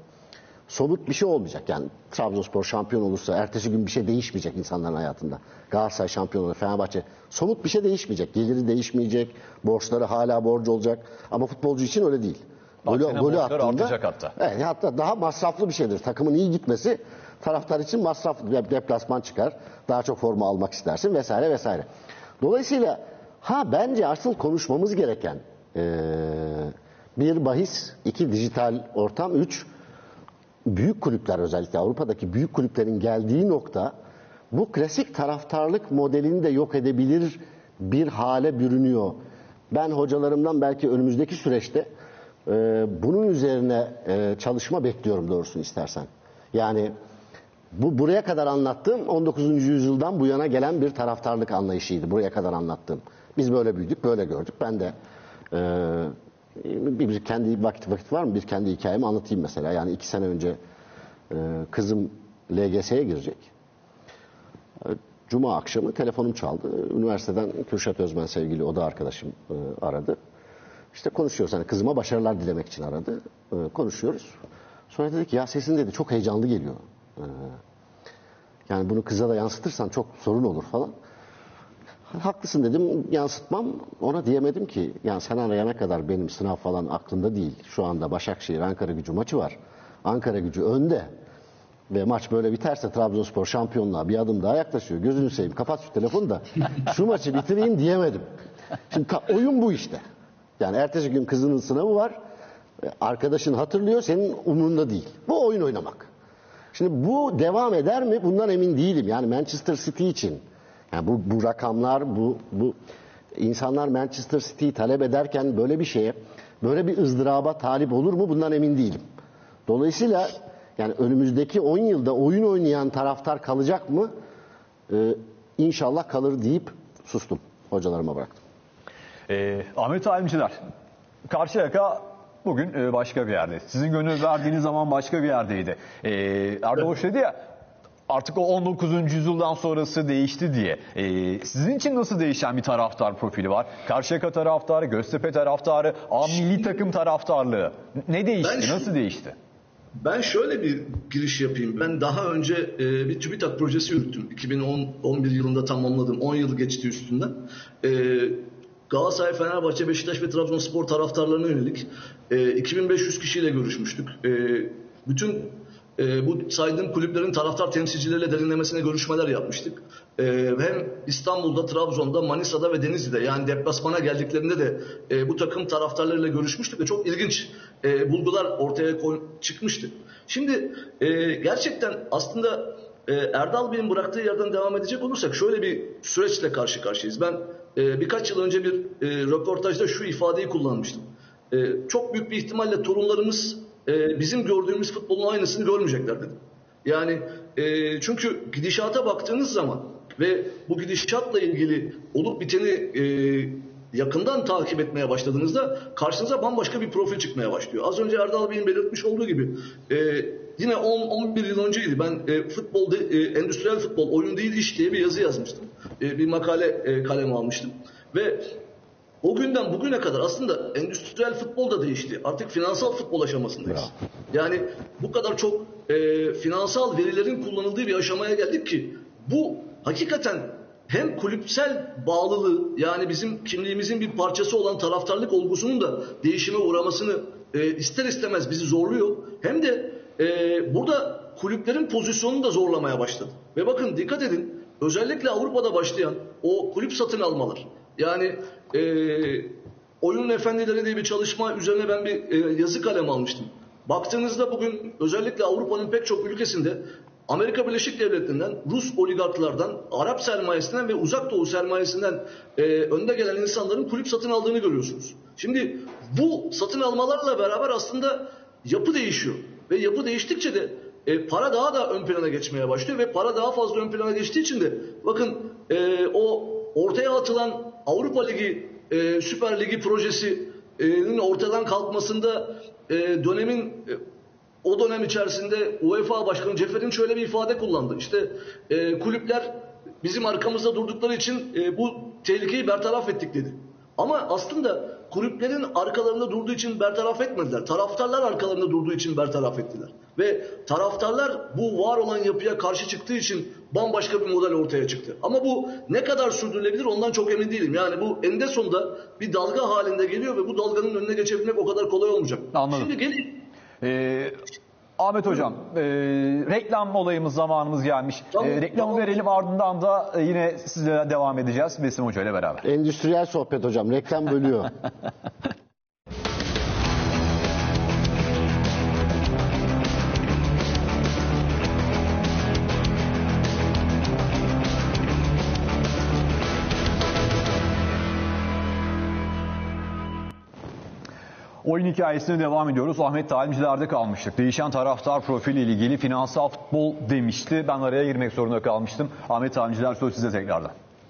Speaker 2: somut bir şey olmayacak. Yani Trabzonspor şampiyon olursa ertesi gün bir şey değişmeyecek insanların hayatında. Galatasaray şampiyon olur, Fenerbahçe. Somut bir şey değişmeyecek. Geliri değişmeyecek. Borçları hala borcu olacak. Ama futbolcu için öyle değil. Golü,
Speaker 1: Aksine
Speaker 2: golü
Speaker 1: borçlar
Speaker 2: attığında,
Speaker 1: artacak hatta.
Speaker 2: Evet, hatta daha masraflı bir şeydir. Takımın iyi gitmesi taraftar için masraflı. Deplasman çıkar. Daha çok forma almak istersin vesaire vesaire. Dolayısıyla ha bence asıl konuşmamız gereken ee, bir bahis, iki dijital ortam, üç büyük kulüpler, özellikle Avrupa'daki büyük kulüplerin geldiği nokta bu klasik taraftarlık modelini de yok edebilir bir hale bürünüyor. Ben hocalarımdan belki önümüzdeki süreçte e, bunun üzerine e, çalışma bekliyorum doğrusunu istersen. Yani bu buraya kadar anlattığım on dokuzuncu yüzyıldan bu yana gelen bir taraftarlık anlayışıydı. Buraya kadar anlattığım. Biz böyle büyüdük, böyle gördük. Ben de e, bir, bir kendi vakit vakit var mı? Bir kendi hikayemi anlatayım mesela. Yani iki sene önce e, kızım L G S'ye girecek. E, Cuma akşamı telefonum çaldı. Üniversiteden Kürşat Özmen sevgili oda arkadaşım e, aradı. İşte konuşuyoruz. Hani kızıma başarılar dilemek için aradı. E, konuşuyoruz. Sonra dedi ki ya sesin dedi çok heyecanlı geliyor. E, yani bunu kıza da yansıtırsan çok sorun olur falan. Haklısın dedim, yansıtmam. Ona diyemedim ki yani sen arayana kadar benim sınav falan aklımda değil. Şu anda Başakşehir Ankara Gücü maçı var. Ankara Gücü önde. Ve maç böyle biterse Trabzonspor şampiyonluğa bir adım daha yaklaşıyor. Gözünü seveyim kapat şu telefonu da şu maçı bitireyim diyemedim. Şimdi oyun bu işte. Yani ertesi gün kızının sınavı var. Arkadaşın hatırlıyor, senin umurunda değil. Bu oyun oynamak. Şimdi bu devam eder mi? Bundan emin değilim. Yani Manchester City için. Yani bu, bu rakamlar, bu, bu insanlar Manchester City'yi talep ederken böyle bir şeye, böyle bir ızdıraba talip olur mu? Bundan emin değilim. Dolayısıyla yani önümüzdeki on yılda oyun oynayan taraftar kalacak mı? Ee, İnşallah kalır deyip sustum. Hocalarıma bıraktım.
Speaker 1: Ee, Ahmet Alemciler, Karşıyaka bugün e, başka bir yerde. Sizin gönül verdiğiniz zaman başka bir yerdeydi. Ee, Erdoğan Hoş dedi ya, artık o on dokuzuncu yüzyıldan sonrası değişti diye. Ee, sizin için nasıl değişen bir taraftar profili var? Karşıyaka taraftarı, Göztepe taraftarı, A milli takım taraftarlığı. Ne değişti?
Speaker 3: Ben
Speaker 1: Nasıl
Speaker 3: şu...
Speaker 1: değişti?
Speaker 3: Ben şöyle bir giriş yapayım. Ben daha önce e, bir TÜBİTAK projesi yürüttüm. iki bin on bir yılında tamamladım. on yıl geçti üstünden. E, Galatasaray, Fenerbahçe, Beşiktaş ve Trabzonspor taraftarlarına yönelik e, iki bin beş yüz kişiyle görüşmüştük. E, bütün e, bu saydığım kulüplerin taraftar temsilcileriyle derinlemesine görüşmeler yapmıştık. E, hem İstanbul'da, Trabzon'da, Manisa'da ve Denizli'de, yani deplasmana geldiklerinde de e, bu takım taraftarlarıyla görüşmüştük ve çok ilginç e, bulgular ortaya koy, çıkmıştı. Şimdi e, gerçekten aslında e, Erdal Bey'in bıraktığı yerden devam edecek olursak şöyle bir süreçle karşı karşıyayız. Ben e, birkaç yıl önce bir e, röportajda şu ifadeyi kullanmıştım. E, çok büyük bir ihtimalle torunlarımız e, bizim gördüğümüz futbolun aynısını görmeyecekler dedim. Yani e, çünkü gidişata baktığınız zaman ve bu gidişatla ilgili olup biteni e, yakından takip etmeye başladığınızda karşınıza bambaşka bir profil çıkmaya başlıyor. Az önce Erdal Bey'in belirtmiş olduğu gibi e, yine on on bir yıl önceydi. Ben e, futbol, de, e, endüstriyel futbol, oyun değil iş diye bir yazı yazmıştım. E, bir makale e, kaleme almıştım. Ve o günden bugüne kadar aslında endüstriyel futbol da değişti. Artık finansal futbol aşamasındayız. Ya. Yani bu kadar çok e, finansal verilerin kullanıldığı bir aşamaya geldik ki bu hakikaten hem kulüpsel bağlılığı, yani bizim kimliğimizin bir parçası olan taraftarlık olgusunun da değişime uğramasını e, ister istemez bizi zorluyor. Hem de e, burada kulüplerin pozisyonunu da zorlamaya başladı. Ve bakın dikkat edin, özellikle Avrupa'da başlayan o kulüp satın almalar. Yani e, Oyunun Efendileri diye bir çalışma üzerine ben bir e, yazı kalemi almıştım. Baktığınızda bugün özellikle Avrupa'nın pek çok ülkesinde Amerika Birleşik Devletleri'nden, Rus oligarklardan, Arap sermayesinden ve Uzak Doğu sermayesinden e, önde gelen insanların kulüp satın aldığını görüyorsunuz. Şimdi bu satın almalarla beraber aslında yapı değişiyor. Ve yapı değiştikçe de e, para daha da ön plana geçmeye başlıyor ve para daha fazla ön plana geçtiği için de bakın e, o ortaya atılan Avrupa Ligi, e, Süper Ligi projesinin ortadan kalkmasında e, dönemin e, o dönem içerisinde UEFA Başkanı Cefer'in şöyle bir ifade kullandı. İşte e, kulüpler bizim arkamızda durdukları için e, bu tehlikeyi bertaraf ettik dedi. Ama aslında kulüplerin arkalarında durduğu için bertaraf etmediler. Taraftarlar arkalarında durduğu için bertaraf ettiler. Ve taraftarlar bu var olan yapıya karşı çıktığı için bambaşka bir model ortaya çıktı. Ama bu ne kadar sürdürülebilir ondan çok emin değilim. Yani bu eninde sonunda bir dalga halinde geliyor ve bu dalganın önüne geçebilmek o kadar kolay olmayacak.
Speaker 1: Anladım.
Speaker 3: Şimdi gelin.
Speaker 1: Ee, Ahmet Hocam, e, reklam olayımız, zamanımız gelmiş.
Speaker 3: Tamam,
Speaker 1: e, reklamı
Speaker 3: tamam.
Speaker 1: verelim, ardından da e, yine sizle devam edeceğiz Besim Hoca ile beraber.
Speaker 2: Endüstriyel sohbet hocam. Reklam bölüyor.
Speaker 1: Oyun hikayesine devam ediyoruz. Ahmet Talimciler'de kalmıştık. Değişen taraftar profili ile ilgili finansal futbol demişti. Ben araya girmek zorunda kalmıştım. Ahmet Talimciler, söz size tekrardan.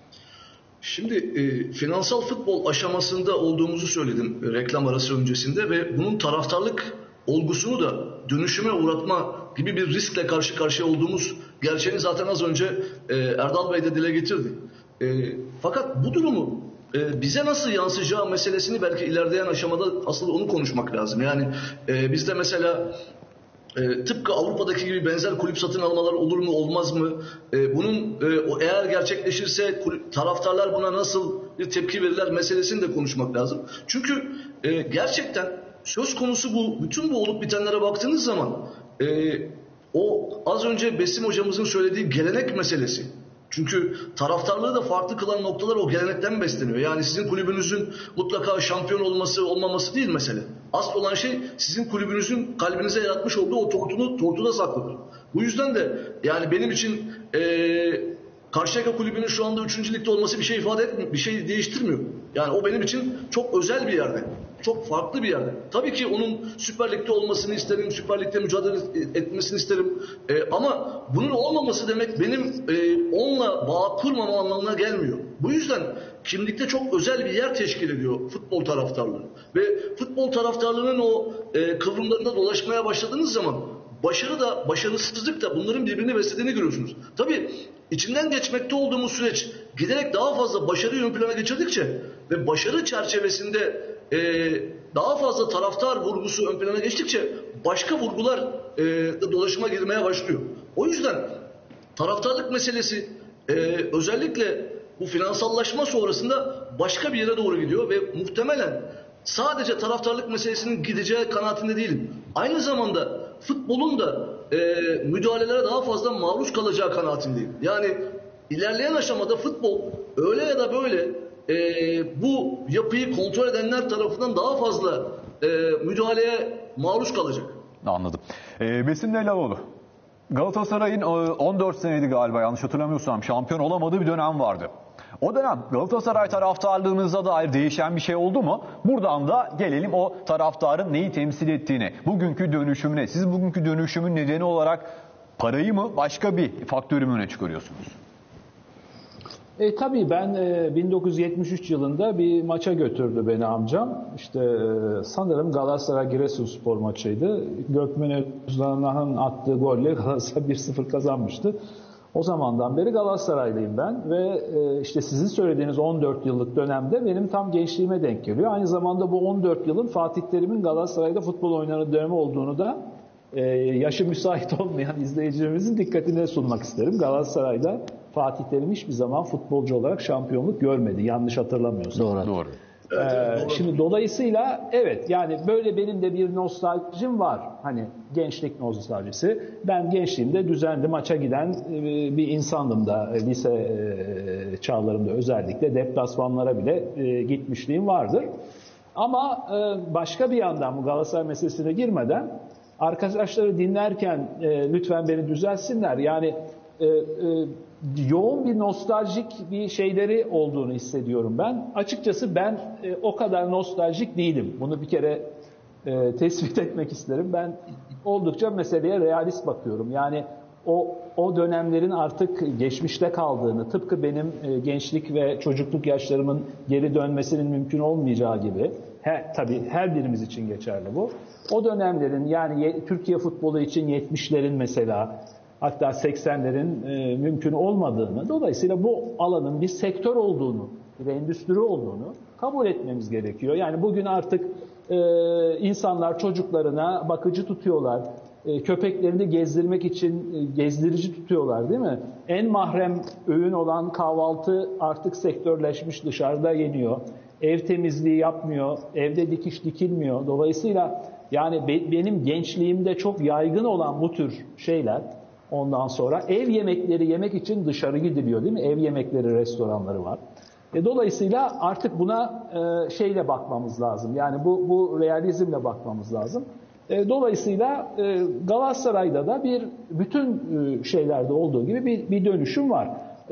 Speaker 3: Şimdi e, finansal futbol aşamasında olduğumuzu söyledim e, reklam arası öncesinde ve bunun taraftarlık olgusunu da dönüşüme uğratma gibi bir riskle karşı karşıya olduğumuz gerçeğini zaten az önce e, Erdal Bey de dile getirdi. E, fakat bu durumu e, bize nasıl yansıyacağı meselesini belki ilerleyen aşamada asıl onu konuşmak lazım. Yani e, bizde mesela E, tıpkı Avrupa'daki gibi benzer kulüp satın almalar olur mu olmaz mı? E, bunun e, o eğer gerçekleşirse kulüp, taraftarlar buna nasıl bir tepki verirler meselesini de konuşmak lazım. Çünkü e, gerçekten söz konusu bu bütün bu olup bitenlere baktığınız zaman e, o az önce Besim hocamızın söylediği gelenek meselesi. Çünkü taraftarlığı da farklı kılan noktalar o gelenekten besleniyor. Yani sizin kulübünüzün mutlaka şampiyon olması olmaması değil mesele. Asıl olan şey sizin kulübünüzün kalbinize yaratmış olduğu o tortunu tortuda saklıdır. Bu yüzden de yani benim için ee, Karşıyaka kulübünün şu anda üçüncü ligde olması bir şey ifade etmiyor, bir şey değiştirmiyor. Yani o benim için çok özel bir yerde. Çok farklı bir yerde. Tabii ki onun Süper Lig'de olmasını isterim, Süper Lig'de mücadele etmesini isterim. E, ama bunun olmaması demek benim e, onunla bağ kurmama anlamına gelmiyor. Bu yüzden kimlikte çok özel bir yer teşkil ediyor futbol taraftarlığı. Ve futbol taraftarlığının o e, kıvrımlarında dolaşmaya başladığınız zaman başarı da başarısızlık da bunların birbirini beslediğini görüyorsunuz. Tabii içinden geçmekte olduğumuz süreç giderek daha fazla başarıyı ön plana geçirdikçe ve başarı çerçevesinde e, daha fazla taraftar vurgusu ön plana geçtikçe başka vurgular e, dolaşıma girmeye başlıyor. O yüzden taraftarlık meselesi e, özellikle bu finansallaşma sonrasında başka bir yere doğru gidiyor ve muhtemelen sadece taraftarlık meselesinin gideceği kanaatinde değilim. Aynı zamanda futbolun da e, müdahalelere daha fazla maruz kalacağı kanaatindeyim. Yani ilerleyen aşamada futbol öyle ya da böyle e, bu yapıyı kontrol edenler tarafından daha fazla e, müdahaleye maruz kalacak.
Speaker 1: Anladım. E, Besim Lelaloğlu, Galatasaray'ın on dört seneydi galiba yanlış hatırlamıyorsam şampiyon olamadığı bir dönem vardı. O dönem Galatasaray taraftarlığınıza dair değişen bir şey oldu mu? Buradan da gelelim o taraftarın neyi temsil ettiğine, bugünkü dönüşümüne. Siz bugünkü dönüşümün nedeni olarak parayı mı başka bir faktörü mü öne çıkarıyorsunuz?
Speaker 4: E, tabii ben e, bin dokuz yüz yetmiş üç yılında bir maça götürdü beni amcam. İşte e, sanırım Galatasaray Giresunspor maçıydı. Gökmen Özdan'ın attığı golle Galatasaray bir sıfır kazanmıştı. O zamandan beri Galatasaraylıyım ben ve e, işte sizin söylediğiniz on dört yıllık dönemde benim tam gençliğime denk geliyor. Aynı zamanda bu on dört yılın Fatih Terim'in Galatasaray'da futbol oynadığı dönemi olduğunu da e, yaşı müsait olmayan izleyicilerimizin dikkatine sunmak isterim. Galatasaray'da Fatih Terim hiçbir zaman futbolcu olarak şampiyonluk görmedi. Yanlış hatırlamıyorsam.
Speaker 2: Doğru.
Speaker 1: Doğru.
Speaker 4: Ee, şimdi dolayısıyla evet yani böyle benim de bir nostaljim var. Hani gençlik nostaljisi. Ben gençliğimde düzenli maça giden e, bir insandım da e, lise e, çağlarımda özellikle deplasmanlara bile e, gitmişliğim vardır. Ama e, başka bir yandan bu Galatasaray meselesine girmeden arkadaşları dinlerken e, lütfen beni düzeltsinler. Yani e, e, yoğun bir nostaljik bir şeyleri olduğunu hissediyorum ben. Açıkçası ben e, o kadar nostaljik değilim. Bunu bir kere e, tespit etmek isterim. Ben oldukça meseleye realist bakıyorum. Yani o o dönemlerin artık geçmişte kaldığını, tıpkı benim e, gençlik ve çocukluk yaşlarımın geri dönmesinin mümkün olmayacağı gibi, he, tabii her birimiz için geçerli bu. O dönemlerin yani ye, Türkiye futbolu için yetmişlerin mesela, hatta seksenlerin e, mümkün olmadığını, dolayısıyla bu alanın bir sektör olduğunu, bir endüstri olduğunu kabul etmemiz gerekiyor. Yani bugün artık e, insanlar çocuklarına bakıcı tutuyorlar, e, köpeklerini gezdirmek için e, gezdirici tutuyorlar, değil mi? En mahrem öğün olan kahvaltı artık sektörleşmiş, dışarıda yeniyor. Ev temizliği yapmıyor, evde dikiş dikilmiyor. Dolayısıyla yani be, benim gençliğimde çok yaygın olan bu tür şeyler, ondan sonra ev yemekleri yemek için dışarı gidiliyor, değil mi? Ev yemekleri restoranları var. E, dolayısıyla artık buna e, şeyle bakmamız lazım. Yani bu, bu realizmle bakmamız lazım. E, dolayısıyla e, Galatasaray'da da bir bütün e, şeylerde olduğu gibi bir, bir dönüşüm var.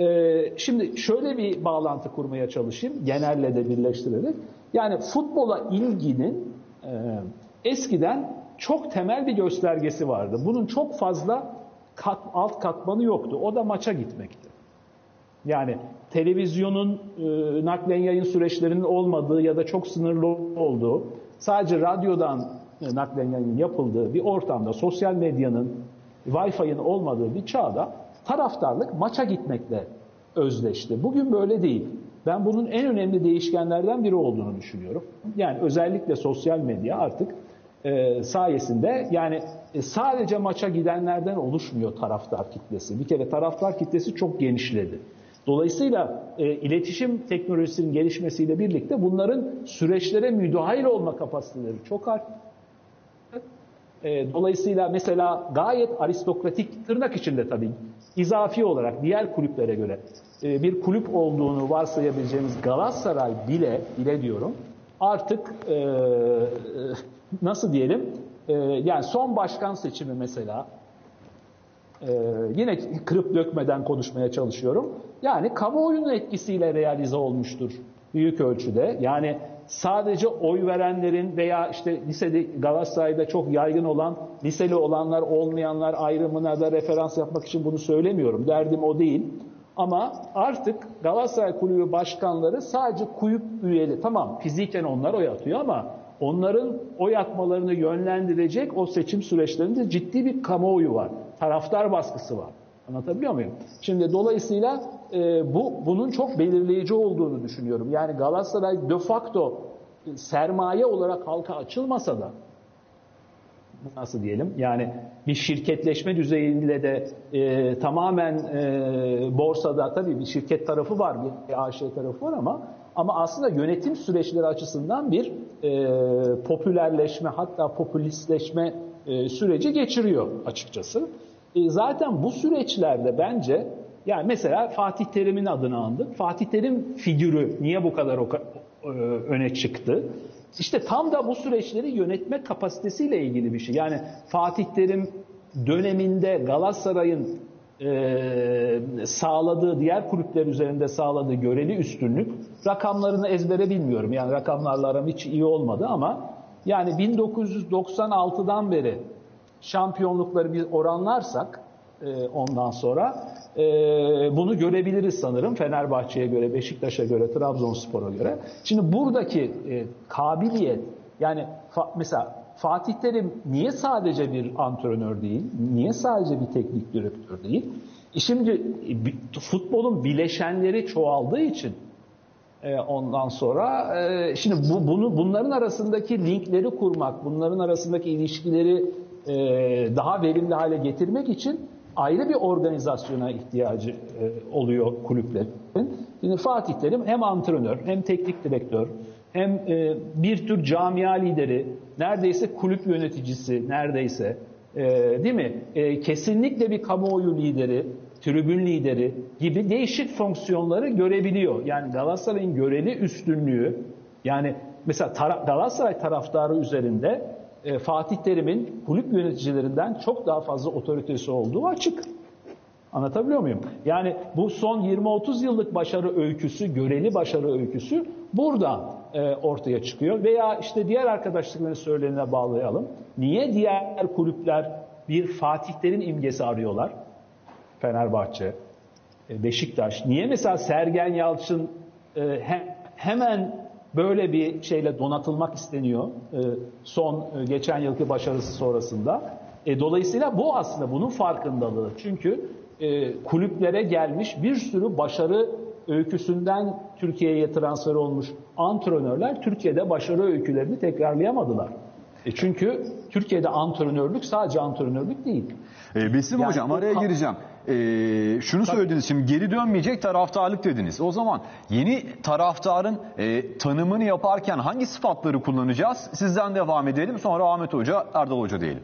Speaker 4: E, şimdi şöyle bir bağlantı kurmaya çalışayım, genelle de birleştirerek. Yani futbola ilginin eskiden çok temel bir göstergesi vardı. Bunun çok fazla kat, alt katmanı yoktu. O da maça gitmekti. Yani televizyonun e, naklen yayın süreçlerinin olmadığı ya da çok sınırlı olduğu, sadece radyodan e, naklen yayın yapıldığı bir ortamda, sosyal medyanın, Wi-Fi'nin olmadığı bir çağda taraftarlık maça gitmekle özleşti. Bugün böyle değil. Ben bunun en önemli değişkenlerden biri olduğunu düşünüyorum. Yani özellikle sosyal medya artık e, sayesinde yani e, sadece maça gidenlerden oluşmuyor taraftar kitlesi. Bir kere taraftar kitlesi çok genişledi. Dolayısıyla e, iletişim teknolojisinin gelişmesiyle birlikte bunların süreçlere müdahil olma kapasiteleri çok arttı. E, dolayısıyla mesela gayet aristokratik, tırnak içinde tabii, izafi olarak diğer kulüplere göre e, bir kulüp olduğunu varsayabileceğimiz Galatasaray bile, bile diyorum, artık e, e, nasıl diyelim, e, yani son başkan seçimi mesela, e, yine kırıp dökmeden konuşmaya çalışıyorum. Yani kamuoyunun etkisiyle realize olmuştur büyük ölçüde. Yani sadece oy verenlerin veya işte lisede, Galatasaray'da çok yaygın olan liseli olanlar olmayanlar ayrımına da referans yapmak için bunu söylemiyorum. Derdim o değil. Ama artık Galatasaray Kulübü başkanları sadece kulüp üyeli. Tamam, fiziken onlar oy atıyor ama onların oy atmalarını yönlendirecek o seçim süreçlerinde ciddi bir kamuoyu var. Taraftar baskısı var. Anlatabiliyor muyum? Şimdi dolayısıyla e, bu bunun çok belirleyici olduğunu düşünüyorum. Yani Galatasaray de facto e, sermaye olarak halka açılmasa da, nasıl diyelim, yani bir şirketleşme düzeyinde de e, tamamen e, borsada tabii bir şirket tarafı var, bir A Ş tarafı var ama ama aslında yönetim süreçleri açısından bir e, popülerleşme, hatta popülistleşme e, süreci geçiriyor açıkçası. E, zaten bu süreçlerde bence, yani mesela Fatih Terim'in adını andık. Fatih Terim figürü niye bu kadar o, e, öne çıktı? İşte tam da bu süreçleri yönetme kapasitesiyle ilgili bir şey. Yani Fatih Terim döneminde Galatasaray'ın e, sağladığı, diğer kulüpler üzerinde sağladığı göreli üstünlük, rakamlarını ezbere bilmiyorum. Yani rakamlarla aram hiç iyi olmadı ama yani bin dokuz yüz doksan altıdan beri şampiyonlukları bir oranlarsak e, ondan sonra e, bunu görebiliriz sanırım. Fenerbahçe'ye göre, Beşiktaş'a göre, Trabzonspor'a göre. Şimdi buradaki e, kabiliyet, yani fa, mesela Fatih Terim niye sadece bir antrenör değil, niye sadece bir teknik direktör değil? E şimdi e, futbolun bileşenleri çoğaldığı için e, ondan sonra e, şimdi bu, bunu bunların arasındaki linkleri kurmak, bunların arasındaki ilişkileri e, daha verimli hale getirmek için ayrı bir organizasyona ihtiyacı e, oluyor kulüplerin. Şimdi Fatih Terim hem antrenör, hem teknik direktör, hem e, bir tür camia lideri, neredeyse kulüp yöneticisi, neredeyse e, değil mi? E, kesinlikle bir kamuoyu lideri, tribün lideri gibi değişik fonksiyonları görebiliyor. Yani Galatasaray'ın göreli üstünlüğü, yani mesela tara- Galatasaray taraftarı üzerinde e, Fatih Terim'in kulüp yöneticilerinden çok daha fazla otoritesi olduğu açık. Anlatabiliyor muyum? Yani bu son yirmi otuz yıllık başarı öyküsü, göreli başarı öyküsü burada e, ortaya çıkıyor. Veya işte diğer arkadaşlıkların söylenene bağlayalım. Niye diğer kulüpler bir Fatih Terim imgesi arıyorlar? Fenerbahçe, e, Beşiktaş. Niye mesela Sergen Yalçın e, he, hemen böyle bir şeyle donatılmak isteniyor e, son e, geçen yılki başarısı sonrasında? E, dolayısıyla bu aslında bunun farkındalığı. Çünkü e, kulüplere gelmiş bir sürü başarı öyküsünden Türkiye'ye transfer olmuş antrenörler Türkiye'de başarı öykülerini tekrarlayamadılar. E çünkü Türkiye'de antrenörlük sadece antrenörlük değil.
Speaker 1: E, Besim
Speaker 4: yani
Speaker 1: Hocam araya
Speaker 4: o...
Speaker 1: gireceğim. E, şunu Tabii. söylediniz, şimdi geri dönmeyecek taraftarlık dediniz. O zaman yeni taraftarın e, tanımını yaparken hangi sıfatları kullanacağız? Sizden devam edelim, sonra Ahmet Hoca, Erdal Hoca diyelim.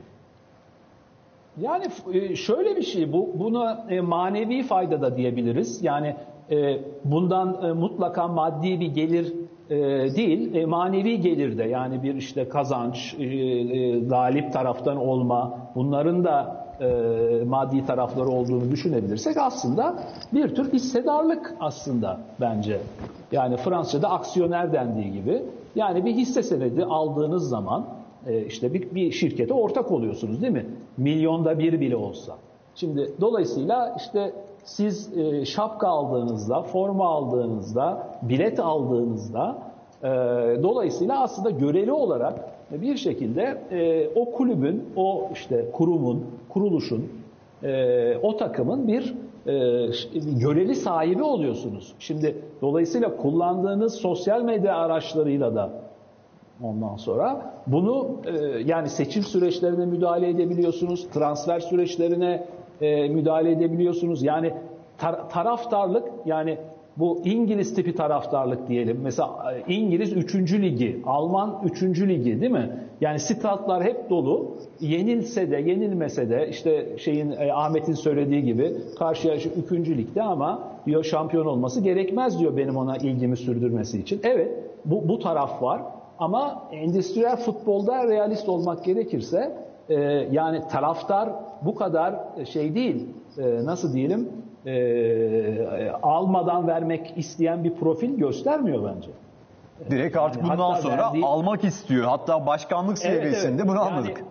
Speaker 4: Yani şöyle bir şey, bu buna manevi fayda da diyebiliriz. Yani bundan mutlaka maddi bir gelir değil, manevi gelir de, yani bir işte kazanç, galip taraftan olma, bunların da maddi tarafları olduğunu düşünebilirsek aslında bir tür hissedarlık aslında bence. Yani Fransızca'da aksiyoner dendiği gibi Yani bir hisse senedi aldığınız zaman e, işte bir, bir şirkete ortak oluyorsunuz değil mi? Milyonda bir bile olsa. Şimdi dolayısıyla işte siz e, şapka aldığınızda, forma aldığınızda, bilet aldığınızda e, dolayısıyla aslında göreli olarak bir şekilde e, o kulübün, o işte kurumun, kuruluşun, e, o takımın bir e, göreli sahibi oluyorsunuz. Şimdi dolayısıyla kullandığınız sosyal medya araçlarıyla da ondan sonra bunu e, yani seçim süreçlerine müdahale edebiliyorsunuz, transfer süreçlerine e, müdahale edebiliyorsunuz. Yani tar- taraftarlık, yani bu İngiliz tipi taraftarlık diyelim. Mesela İngiliz üçüncü ligi, Alman üçüncü ligi değil mi? Yani statlar hep dolu. Yenilse de yenilmese de işte şeyin e, Ahmet'in söylediği gibi karşıya üçüncü ligde ama diyor şampiyon olması gerekmez diyor benim ona ilgimi sürdürmesi için. Evet, bu, bu taraf var. Ama endüstriyel futbolda realist olmak gerekirse e, yani taraftar bu kadar şey değil, e, nasıl diyelim, e, almadan vermek isteyen bir profil göstermiyor bence.
Speaker 1: Direkt artık
Speaker 4: Yani
Speaker 1: bundan sonra
Speaker 4: verdiği,
Speaker 1: almak istiyor. Hatta başkanlık seviyesinde evet, evet. bunu anladık. Yani,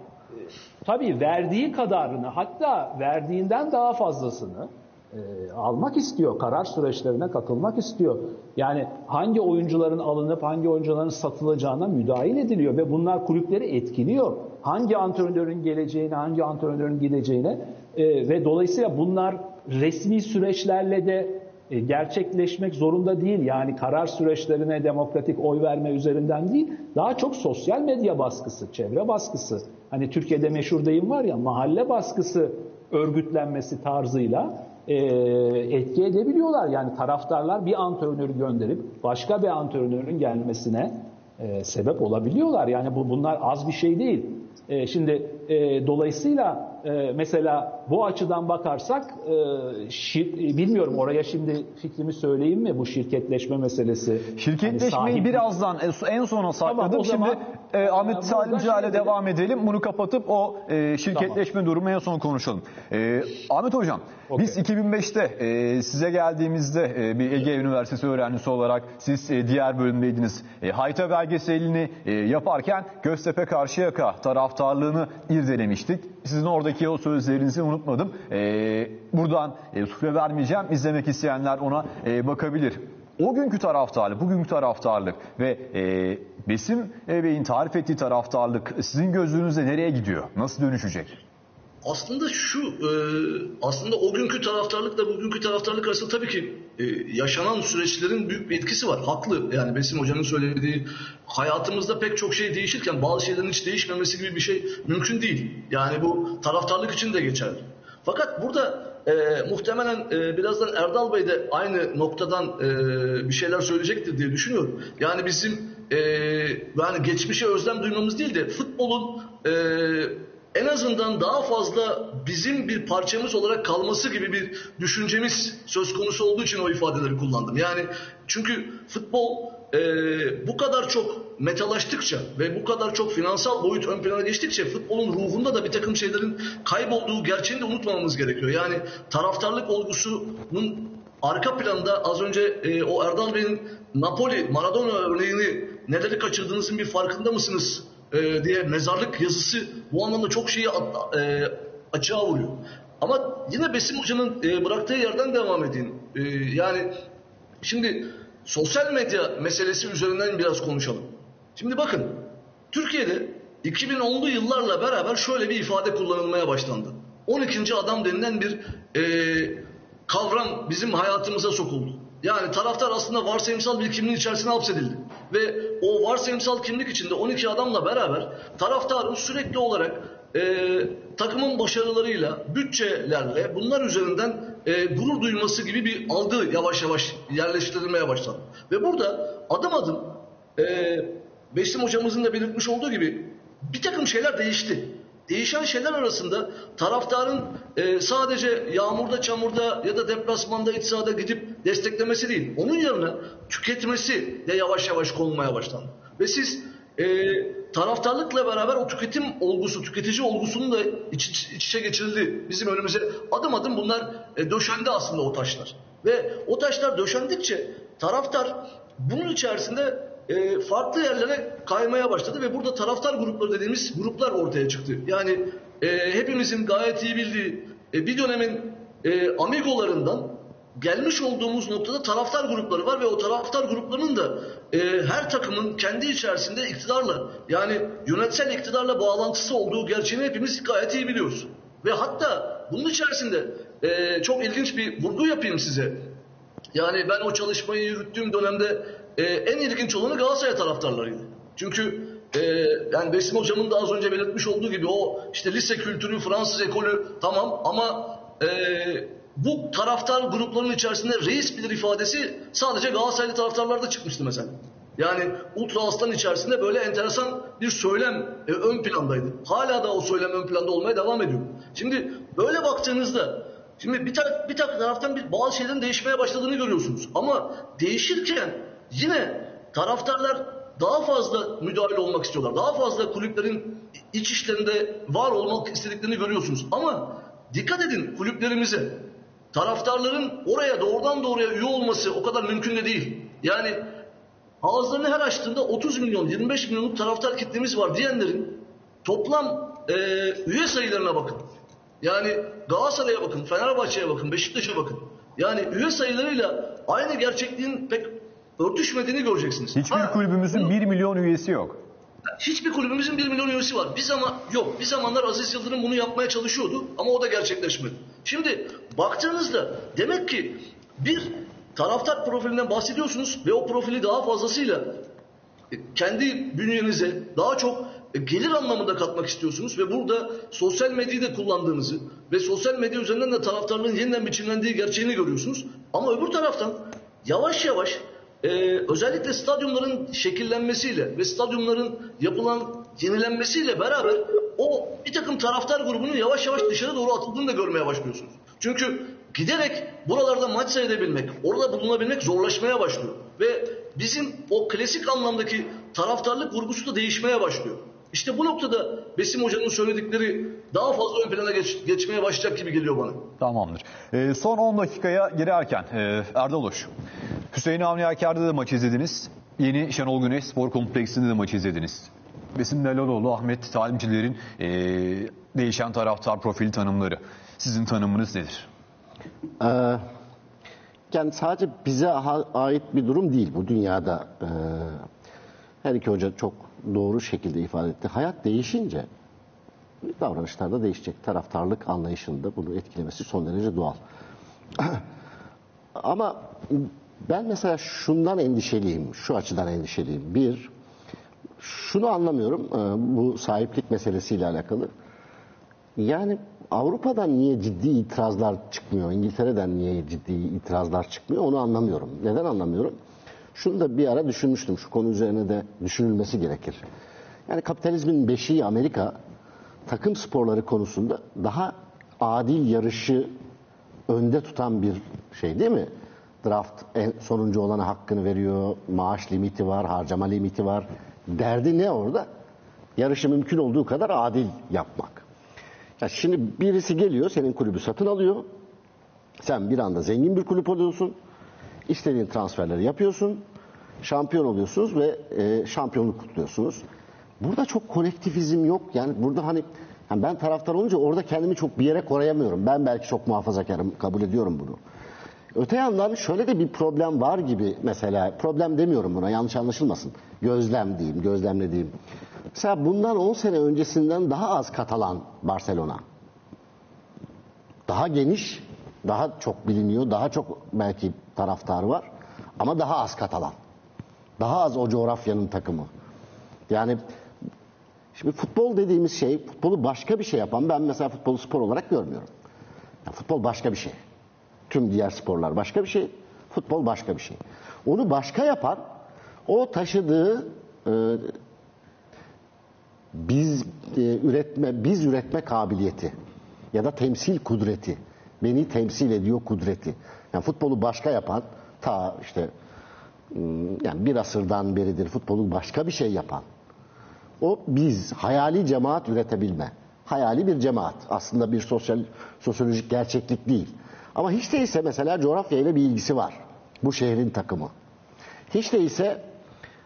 Speaker 4: tabii verdiği kadarını, hatta verdiğinden daha fazlasını e, almak istiyor. Karar süreçlerine katılmak istiyor. Yani hangi oyuncuların alınıp hangi oyuncuların satılacağına müdahil ediliyor ve bunlar kulüpleri etkiliyor. Hangi antrenörün geleceğine, hangi antrenörün gideceğine e, ve dolayısıyla bunlar resmi süreçlerle de e, gerçekleşmek zorunda değil. Yani karar süreçlerine demokratik oy verme üzerinden değil, daha çok sosyal medya baskısı, çevre baskısı. Hani Türkiye'de meşhur deyim var ya, mahalle baskısı örgütlenmesi tarzıyla e, etki edebiliyorlar. Yani taraftarlar bir antrenörü gönderip başka bir antrenörün gelmesine e, sebep olabiliyorlar. Yani bu bunlar az bir şey değil. E, şimdi e, dolayısıyla e, mesela bu açıdan bakarsak e, şir, bilmiyorum, oraya şimdi fikrimi söyleyeyim mi bu şirketleşme meselesi?
Speaker 1: Şirketleşmeyi hani sahip... birazdan en sona sakladım. Tamam, şimdi zaman, e, Ahmet Salimci ile devam edelim. Bunu kapatıp o e, şirketleşme tamam. durumu en son konuşalım. E, Ahmet Hocam, okay. biz iki bin beşte e, size geldiğimizde e, bir Ege Üniversitesi öğrencisi olarak siz e, diğer bölümdeydiniz. E, Hayta belgeselini e, yaparken Göztepe Karşıyaka taraftarlığını irdelemiştik. Sizin oradaki o sözlerinizi unutmadım. Ee, buradan e, sufle vermeyeceğim. İzlemek isteyenler ona e, bakabilir. O günkü taraftarlık, bugünkü taraftarlık ve e, Besim Bey'in tarif ettiği taraftarlık sizin gözünüzde nereye gidiyor? Nasıl dönüşecek?
Speaker 3: Aslında şu, e, aslında o günkü taraftarlıkla bugünkü taraftarlık arasında tabii ki e, yaşanan süreçlerin büyük bir etkisi var. Haklı, yani Besim Hoca'nın söylediği, hayatımızda pek çok şey değişirken bazı şeylerin hiç değişmemesi gibi bir şey mümkün değil. Yani bu taraftarlık için de geçerli. Fakat burada e, muhtemelen e, birazdan Erdal Bey de aynı noktadan e, bir şeyler söyleyecektir diye düşünüyorum. Yani bizim e, yani geçmişe özlem duymamız değil de futbolun e, en azından daha fazla bizim bir parçamız olarak kalması gibi bir düşüncemiz söz konusu olduğu için o ifadeleri kullandım. Yani çünkü futbol e, bu kadar çok metalaştıkça ve bu kadar çok finansal boyut ön plana geçtikçe futbolun ruhunda da bir takım şeylerin kaybolduğu gerçeğini de unutmamamız gerekiyor. Yani taraftarlık olgusunun arka planda az önce e, o Erdal Bey'in Napoli, Maradona örneğini, neleri kaçırdığınızın bir farkında mısınız E, diye mezarlık yazısı bu anlamda çok şeyi e, açığa vuruyor. Ama yine Besim Hoca'nın e, bıraktığı yerden devam edeyim. E, yani şimdi sosyal medya meselesi üzerinden biraz konuşalım. Şimdi bakın, Türkiye'de iki bin onlu yıllarla beraber şöyle bir ifade kullanılmaya başlandı. on ikinci adam denilen bir e, kavram bizim hayatımıza sokuldu. Yani taraftar aslında varsayımsal bir kimliğin içerisine hapsedildi. Ve o varsayımsal kimlik içinde on iki adamla beraber taraftarın sürekli olarak e, takımın başarılarıyla, bütçelerle bunlar üzerinden e, gurur duyması gibi bir algı yavaş yavaş yerleştirilmeye başladı. Ve burada adım adım e, Besim Hocamızın da belirtmiş olduğu gibi bir takım şeyler değişti. Değişen şeyler arasında taraftarın e, sadece yağmurda, çamurda ya da deplasmanda, iç sahada gidip desteklemesi değil, onun yerine tüketmesi de yavaş yavaş konulmaya başlandı. Ve siz e, taraftarlıkla beraber o tüketim olgusu, tüketici olgusunun da iç, iç, iç içe geçirildi bizim önümüze. Adım adım bunlar e, döşendi aslında o taşlar. Ve o taşlar döşendikçe taraftar bunun içerisinde e, farklı yerlere kaymaya başladı ve burada taraftar grupları dediğimiz gruplar ortaya çıktı. Yani e, hepimizin gayet iyi bildiği e, bir dönemin e, amigolarından gelmiş olduğumuz noktada taraftar grupları var ve o taraftar gruplarının da e, her takımın kendi içerisinde iktidarla, yani yönetsel iktidarla bağlantısı olduğu gerçeğini hepimiz gayet iyi biliyoruz. Ve hatta bunun içerisinde e, çok ilginç bir vurgu yapayım size. Yani ben o çalışmayı yürüttüğüm dönemde e, en ilginç olanı Galatasaray taraftarlarıydı. Çünkü e, yani Besim Hocam'ın da az önce belirtmiş olduğu gibi o işte lise kültürü, Fransız ekolü tamam ama e, bu taraftar gruplarının içerisinde reis bilir ifadesi sadece Galatasaraylı taraftarlarda çıkmıştı mesela. Yani Ultra Aslan içerisinde böyle enteresan bir söylem e, ön plandaydı. Hala da o söylem ön planda olmaya devam ediyor. Şimdi böyle baktığınızda şimdi bir, tar bir tar taraftan bir bazı şeylerin değişmeye başladığını görüyorsunuz. Ama değişirken yine taraftarlar daha fazla müdahale olmak istiyorlar. Daha fazla kulüplerin iç işlerinde var olmak istediklerini görüyorsunuz. Ama dikkat edin kulüplerimize. Taraftarların oraya doğrudan doğruya üye olması o kadar mümkün de değil. Yani ağızlarını her açtığında otuz milyon, yirmi beş milyonluk taraftar kitlemiz var diyenlerin toplam e, üye sayılarına bakın. Yani Galatasaray'a bakın, Fenerbahçe'ye bakın, Beşiktaş'a bakın. Yani üye sayılarıyla aynı gerçekliğin pek örtüşmediğini göreceksiniz.
Speaker 1: Hiçbir ha, kulübümüzün bunu, bir milyon üyesi yok.
Speaker 3: Hiçbir kulübümüzün bir milyon üyesi var. Bir zaman yok. Bir zamanlar Aziz Yıldırım bunu yapmaya çalışıyordu ama o da gerçekleşmedi. Şimdi baktığınızda demek ki bir taraftar profilinden bahsediyorsunuz ve o profili daha fazlasıyla kendi bünyenize daha çok gelir anlamında katmak istiyorsunuz ve burada sosyal medyayı da kullandığınızı ve sosyal medya üzerinden de taraftarlığın yeniden biçimlendiği gerçeğini görüyorsunuz. Ama öbür taraftan yavaş yavaş Ee, özellikle stadyumların şekillenmesiyle ve stadyumların yapılan yenilenmesiyle beraber o bir takım taraftar grubunun yavaş yavaş dışarı doğru atıldığını da görmeye başlıyorsunuz. Çünkü giderek buralarda maç seyredebilmek, orada bulunabilmek zorlaşmaya başlıyor. Ve bizim o klasik anlamdaki taraftarlık vurgusu da değişmeye başlıyor. İşte bu noktada Besim Hoca'nın söyledikleri daha fazla ön plana geç, geçmeye başlayacak gibi geliyor bana.
Speaker 1: Tamamdır. Ee, son on dakikaya girerken e, Erdal Hoş, Hüseyin Avni Aker'de de maç izlediniz. Yeni Şenol Güneş Spor Kompleksinde de maç izlediniz. Besim Delaloğlu, Ahmet Talimcilerin e, değişen taraftar profili tanımları. Sizin tanımınız nedir?
Speaker 2: Ee, yani sadece bize ait bir durum değil bu dünyada. E, her iki hoca çok doğru şekilde ifade etti. Hayat değişince davranışlar da değişecek. Taraftarlık anlayışında bunu etkilemesi son derece doğal. Ama ben mesela şundan endişeliyim, şu açıdan endişeliyim. Bir, şunu anlamıyorum bu sahiplik meselesiyle alakalı. Yani Avrupa'dan niye ciddi itirazlar çıkmıyor, İngiltere'den niye ciddi itirazlar çıkmıyor onu anlamıyorum. Neden anlamıyorum? Şunu da bir ara düşünmüştüm. Şu konu üzerine de düşünülmesi gerekir. Yani kapitalizmin beşiği Amerika takım sporları konusunda daha adil yarışı önde tutan bir şey değil mi? Draft en sonuncu olana hakkını veriyor. Maaş limiti var, harcama limiti var. Derdi ne orada? Yarışı mümkün olduğu kadar adil yapmak. Ya şimdi birisi geliyor, senin kulübü satın alıyor. Sen bir anda zengin bir kulüp oluyorsun. İstediğin transferleri yapıyorsun. Şampiyon oluyorsunuz ve e, şampiyonluk kutluyorsunuz. Burada çok kolektifizm yok. Yani burada hani yani ben taraftar olunca orada kendimi çok bir yere koruyamıyorum. Ben belki çok muhafazakarım, kabul ediyorum bunu. Öte yandan şöyle de bir problem var gibi mesela. Problem demiyorum buna, yanlış anlaşılmasın. Gözlem diyeyim, gözlemlediğim. Mesela bundan on sene öncesinden daha az Katalan Barcelona. Daha geniş, daha çok biliniyor, daha çok belki taraftar var. Ama daha az Katalan. Daha az o coğrafyanın takımı. Yani şimdi futbol dediğimiz şey, futbolu başka bir şey yapan, ben mesela futbolu spor olarak görmüyorum. Yani futbol başka bir şey. Tüm diğer sporlar başka bir şey, futbol başka bir şey. Onu başka yapan, o taşıdığı e, biz e, üretme, biz üretme kabiliyeti ya da temsil kudreti, beni temsil ediyor kudreti. Yani futbolu başka yapan, ta işte yani bir asırdan beridir futbolu başka bir şey yapan, o biz, hayali cemaat üretebilme. Hayali bir cemaat. Aslında bir sosyal, sosyolojik gerçeklik değil. Ama hiç değilse mesela coğrafya ile bir ilgisi var. Bu şehrin takımı. Hiç değilse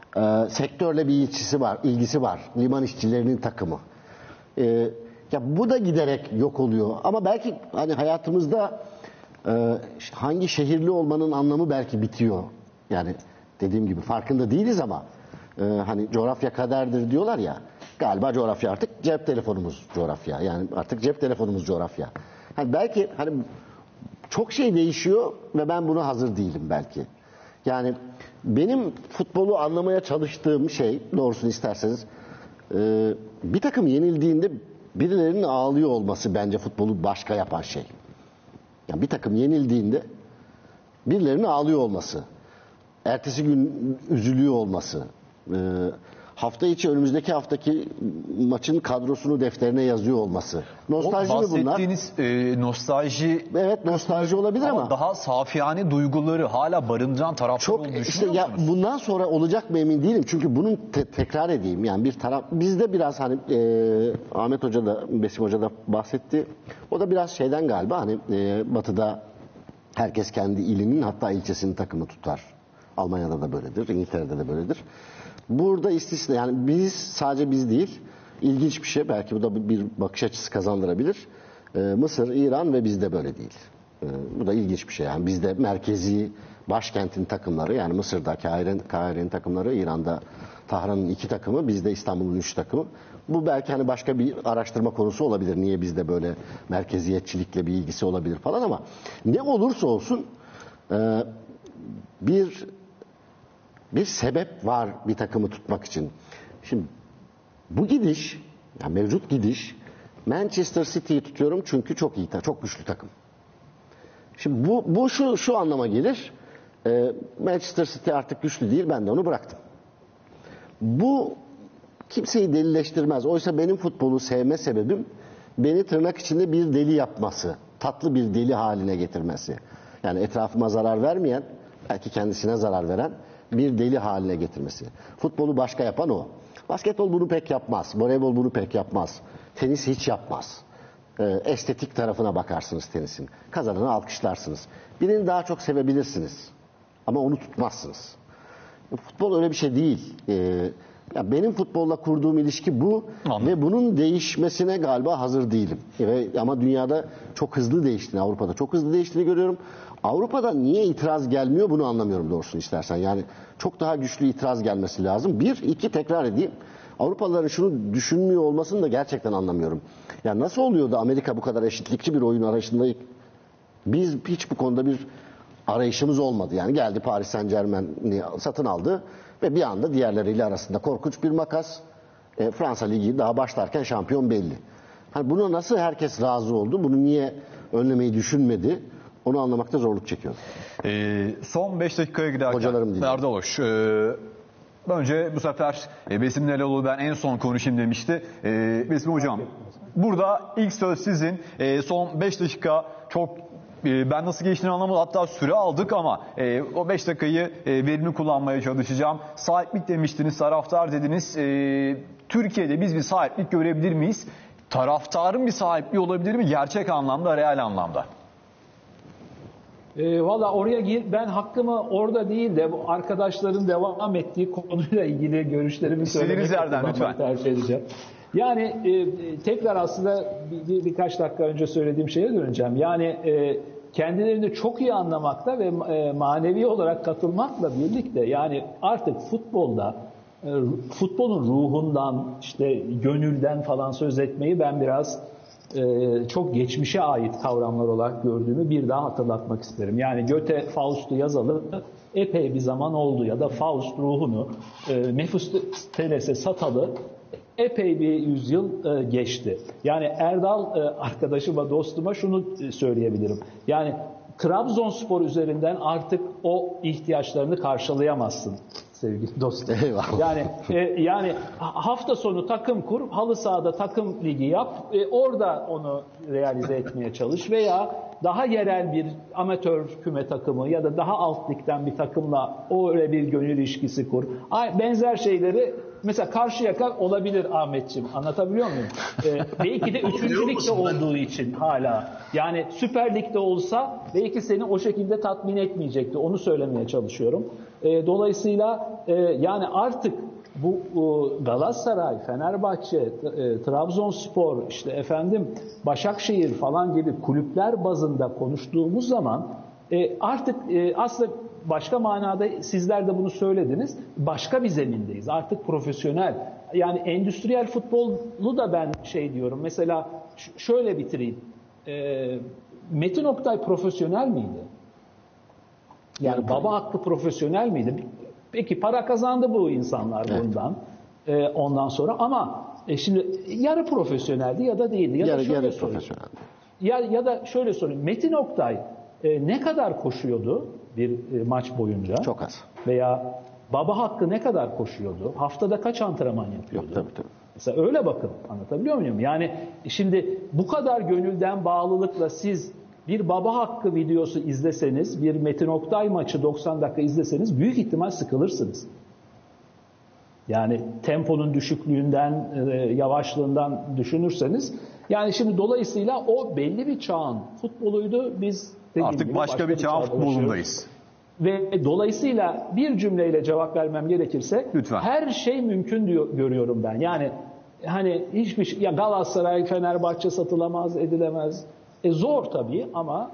Speaker 2: Ee, sektörle bir ilgisi var, ilgisi var. Liman işçilerinin takımı. Ee, ya bu da giderek yok oluyor. Ama belki hani hayatımızda e, hangi şehirli olmanın anlamı belki bitiyor. Yani dediğim gibi farkında değiliz ama e, hani coğrafya kaderdir diyorlar ya. Galiba coğrafya artık cep telefonumuz coğrafya. Yani artık cep telefonumuz coğrafya. Hani belki hani çok şey değişiyor ve ben buna hazır değilim belki. Yani benim futbolu anlamaya çalıştığım şey, doğrusunu isterseniz, e, bir takım yenildiğinde birilerinin ağlıyor olması bence futbolu başka yapan şey. Yani bir takım yenildiğinde birilerinin ağlıyor olması, ertesi gün üzülüyor olması, e, hafta içi önümüzdeki haftaki maçın kadrosunu defterine yazıyor olması. Nostalji mi bunlar?
Speaker 1: Bahsettiğiniz e, nostalji,
Speaker 2: evet nostalji olabilir ama, ama
Speaker 1: daha safiyane duyguları hala barındıran taraftar
Speaker 2: çok
Speaker 1: olduğunu
Speaker 2: işte
Speaker 1: düşünüyor
Speaker 2: ya
Speaker 1: musunuz?
Speaker 2: bundan sonra olacak mı emin değilim. Çünkü bunun te- tekrar edeyim yani bir taraf bizde biraz hani e, Ahmet Hoca da Besim Hoca da bahsetti. O da biraz şeyden galiba hani e, Batı'da herkes kendi ilinin hatta ilçesinin takımı tutar. Almanya'da da böyledir, İngiltere'de de böyledir. Burada istisna yani biz sadece biz değil, ilginç bir şey belki bu da bir bakış açısı kazandırabilir. Ee, Mısır, İran ve bizde böyle değil. Ee, bu da ilginç bir şey yani bizde merkezi başkentin takımları yani Mısır'da Kahire'nin Kahire'nin takımları, İran'da Tahran'ın iki takımı, bizde İstanbul'un üç takımı. Bu belki hani başka bir araştırma konusu olabilir. Niye bizde böyle merkeziyetçilikle bir ilgisi olabilir falan ama ne olursa olsun e, bir bir sebep var bir takımı tutmak için. Şimdi bu gidiş, yani mevcut gidiş, Manchester City'yi tutuyorum çünkü çok iyi, çok güçlü takım. Şimdi bu, bu şu, şu anlama gelir, e, Manchester City artık güçlü değil, ben de onu bıraktım. Bu kimseyi delileştirmez. Oysa benim futbolu sevme sebebim, beni tırnak içinde bir deli yapması, tatlı bir deli haline getirmesi. Yani etrafıma zarar vermeyen, belki kendisine zarar veren, bir deli haline getirmesi. Futbolu başka yapan o. Basketbol bunu pek yapmaz. Voleybol bunu pek yapmaz. Tenis hiç yapmaz. Ee, estetik tarafına bakarsınız tenisin. Kazananı alkışlarsınız. Birini daha çok sevebilirsiniz. Ama onu tutmazsınız. Futbol öyle bir şey değil. Ee, ya benim futbolla kurduğum ilişki bu. Anladım. Ve bunun değişmesine galiba hazır değilim. Ve, ama dünyada çok hızlı değiştiğini, Avrupa'da çok hızlı değiştiğini görüyorum. Avrupa'da niye itiraz gelmiyor bunu anlamıyorum doğrusunu istersen. Yani çok daha güçlü itiraz gelmesi lazım. Bir, iki tekrar edeyim. Avrupalıların şunu düşünmüyor olmasını da gerçekten anlamıyorum. Yani nasıl oluyor da Amerika bu kadar eşitlikçi bir oyun arayışında, biz hiç bu konuda bir arayışımız olmadı. Yani geldi Paris Saint-Germain'i satın aldı ve bir anda diğerleriyle arasında korkunç bir makas. E, Fransa Ligi daha başlarken şampiyon belli. Hani buna nasıl herkes razı oldu? Bunu niye önlemeyi düşünmedi? Onu anlamakta zorluk çekiyorum.
Speaker 1: Ee, son beş dakikaya giderken Erdal Hoş, e, önce bu sefer e, Besim Neloğlu ben en son konuşayım demişti. E, Besim Hocam, burada ilk söz sizin. E, son beş dakika çok e, ben nasıl geçtiğini anlamadım. Hatta süre aldık ama e, o beş dakikayı e, verimli kullanmaya çalışacağım. Sahiplik demiştiniz, taraftar dediniz. E, Türkiye'de biz bir sahiplik görebilir miyiz? Taraftarın bir sahipliği olabilir mi? Gerçek anlamda, real anlamda.
Speaker 4: E, Valla oraya gir, ben hakkımı orada değil de bu arkadaşların devam ettiği konuyla ilgili görüşlerimi söylemek
Speaker 1: lütfen
Speaker 4: tercih edeceğim. Yani e, tekrar aslında bir, bir, birkaç dakika önce söylediğim şeye döneceğim. Yani e, kendilerini çok iyi anlamakta ve e, manevi olarak katılmakla birlikte yani artık futbolda e, futbolun ruhundan işte gönülden falan söz etmeyi ben biraz Ee, çok geçmişe ait kavramlar olarak gördüğümü bir daha hatırlatmak isterim. Yani Goethe Faust'u yazalı epey bir zaman oldu ya da Faust ruhunu e, Mephistopheles'e satalı epey bir yüzyıl e, geçti. Yani Erdal e, arkadaşıma, dostuma şunu e, söyleyebilirim. Yani Trabzonspor üzerinden artık o ihtiyaçlarını karşılayamazsın sevgili dostum.
Speaker 2: Eyvallah.
Speaker 4: Yani e, yani hafta sonu takım kur, halı sahada takım ligi yap, e, orada onu realize etmeye çalış veya daha yerel bir amatör küme takımı ya da daha alt ligden bir takımla öyle bir gönül ilişkisi kur. Benzer şeyleri mesela Karşıyaka olabilir Ahmetciğim. Anlatabiliyor muyum? Ee, belki de üçüncü ligde olduğu için hala. Yani Süper Lig'de olsa belki seni o şekilde tatmin etmeyecekti. Onu söylemeye çalışıyorum. Ee, dolayısıyla e, yani artık bu e, Galatasaray, Fenerbahçe, e, Trabzonspor, işte efendim Başakşehir falan gibi kulüpler bazında konuştuğumuz zaman e, artık e, aslında başka manada sizler de bunu söylediniz. Başka bir zemindeyiz. Artık profesyonel. Yani endüstriyel futbolu da ben şey diyorum. Mesela şöyle bitireyim. E, Metin Oktay profesyonel miydi? Yani baba hakkı profesyonel miydi? Peki para kazandı bu insanlar bundan. Evet. E, ondan sonra ama e, şimdi yarı profesyoneldi ya da değildi. Ya
Speaker 2: yarı,
Speaker 4: da şöyle
Speaker 2: yarı
Speaker 4: sorayım.
Speaker 2: profesyoneldi.
Speaker 4: Ya, ya da şöyle sorayım. Metin Oktay e, ne kadar koşuyordu bir e, maç boyunca?
Speaker 2: Çok az.
Speaker 4: Veya baba hakkı ne kadar koşuyordu? Haftada kaç antrenman yapıyordu?
Speaker 2: Yok tabii tabii.
Speaker 4: Mesela öyle bakın. Anlatabiliyor muyum? Yani şimdi bu kadar gönülden bağlılıkla siz bir baba hakkı videosu izleseniz, bir Metin Oktay maçı doksan dakika izleseniz büyük ihtimal sıkılırsınız. Yani temponun düşüklüğünden, yavaşlığından düşünürseniz. Yani şimdi dolayısıyla o belli bir çağın futboluydu. Biz
Speaker 1: artık
Speaker 4: gibi
Speaker 1: başka, başka bir çağın futbolundayız.
Speaker 4: Ve dolayısıyla bir cümleyle cevap vermem gerekirse
Speaker 1: lütfen.
Speaker 4: Her şey mümkün diyor, görüyorum ben. Yani hani hiçbir şey, ya Galatasaray, Fenerbahçe satılamaz, edilemez. E zor tabii ama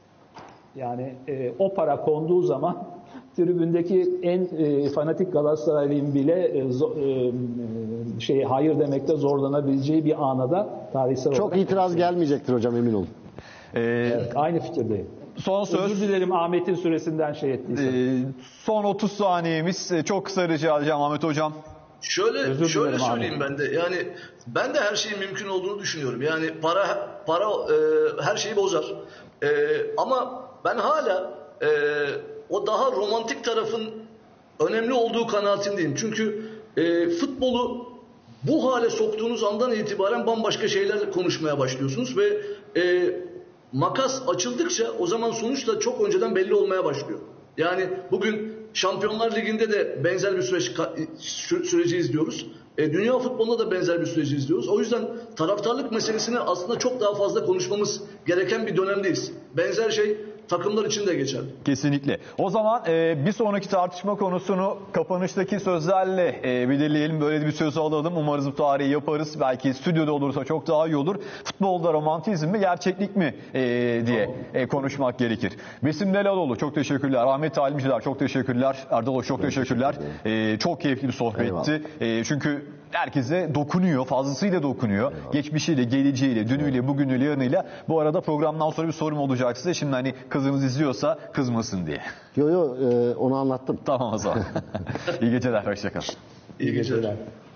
Speaker 4: yani e, o para konduğu zaman tribündeki en e, fanatik Galatasaraylıyım bile e, zo, e, şey hayır demekte zorlanabileceği bir anada tarihsel
Speaker 2: çok
Speaker 4: olarak.
Speaker 2: Çok itiraz gelmeyecektir hocam, emin olun.
Speaker 1: Ee,
Speaker 4: evet, aynı fikirdeyim.
Speaker 1: Son söz.
Speaker 4: Özür dilerim Ahmet'in süresinden şey ettiysem.
Speaker 1: Ee, son otuz saniyemiz. Çok kısa rica edeceğim Ahmet hocam.
Speaker 3: Şöyle şöyle söyleyeyim abi. Ben de yani ben de her şeyin mümkün olduğunu düşünüyorum. Yani para para e, her şeyi bozar. E, ama ben hala e, o daha romantik tarafın önemli olduğu kanaatindeyim. Çünkü e, futbolu bu hale soktuğunuz andan itibaren bambaşka şeyler konuşmaya başlıyorsunuz ve e, makas açıldıkça o zaman sonuç da çok önceden belli olmaya başlıyor. Yani bugün Şampiyonlar Ligi'nde de benzer bir süreç süreci izliyoruz. E, dünya futbolunda da benzer bir süreci izliyoruz. O yüzden taraftarlık meselesini aslında çok daha fazla konuşmamız gereken bir dönemdeyiz. Benzer şey takımlar için de geçerli.
Speaker 1: Kesinlikle. O zaman e, bir sonraki tartışma konusunu kapanıştaki sözlerle e, belirleyelim. Böyle bir söz alalım. Umarız bu tarihi yaparız. Belki stüdyoda olursa çok daha iyi olur. Futbolda romantizm mi, gerçeklik mi e, diye e, konuşmak gerekir. Besim Delaloğlu çok teşekkürler. Ahmet Talimciler çok teşekkürler. Erdal Hoş çok teşekkürler. E, çok keyifli bir sohbetti. E, çünkü herkese dokunuyor. Fazlasıyla dokunuyor. Eyvallah. Geçmişiyle, geleceğiyle, dünüyle, bugünüyle, yarınıyla. Bu arada programdan sonra bir sorum olacak size. Şimdi hani kızınız izliyorsa kızmasın diye.
Speaker 2: Yo yo e, onu anlattım.
Speaker 1: Tamam o zaman. İyi geceler. Hoşçakalın.
Speaker 3: İyi geceler.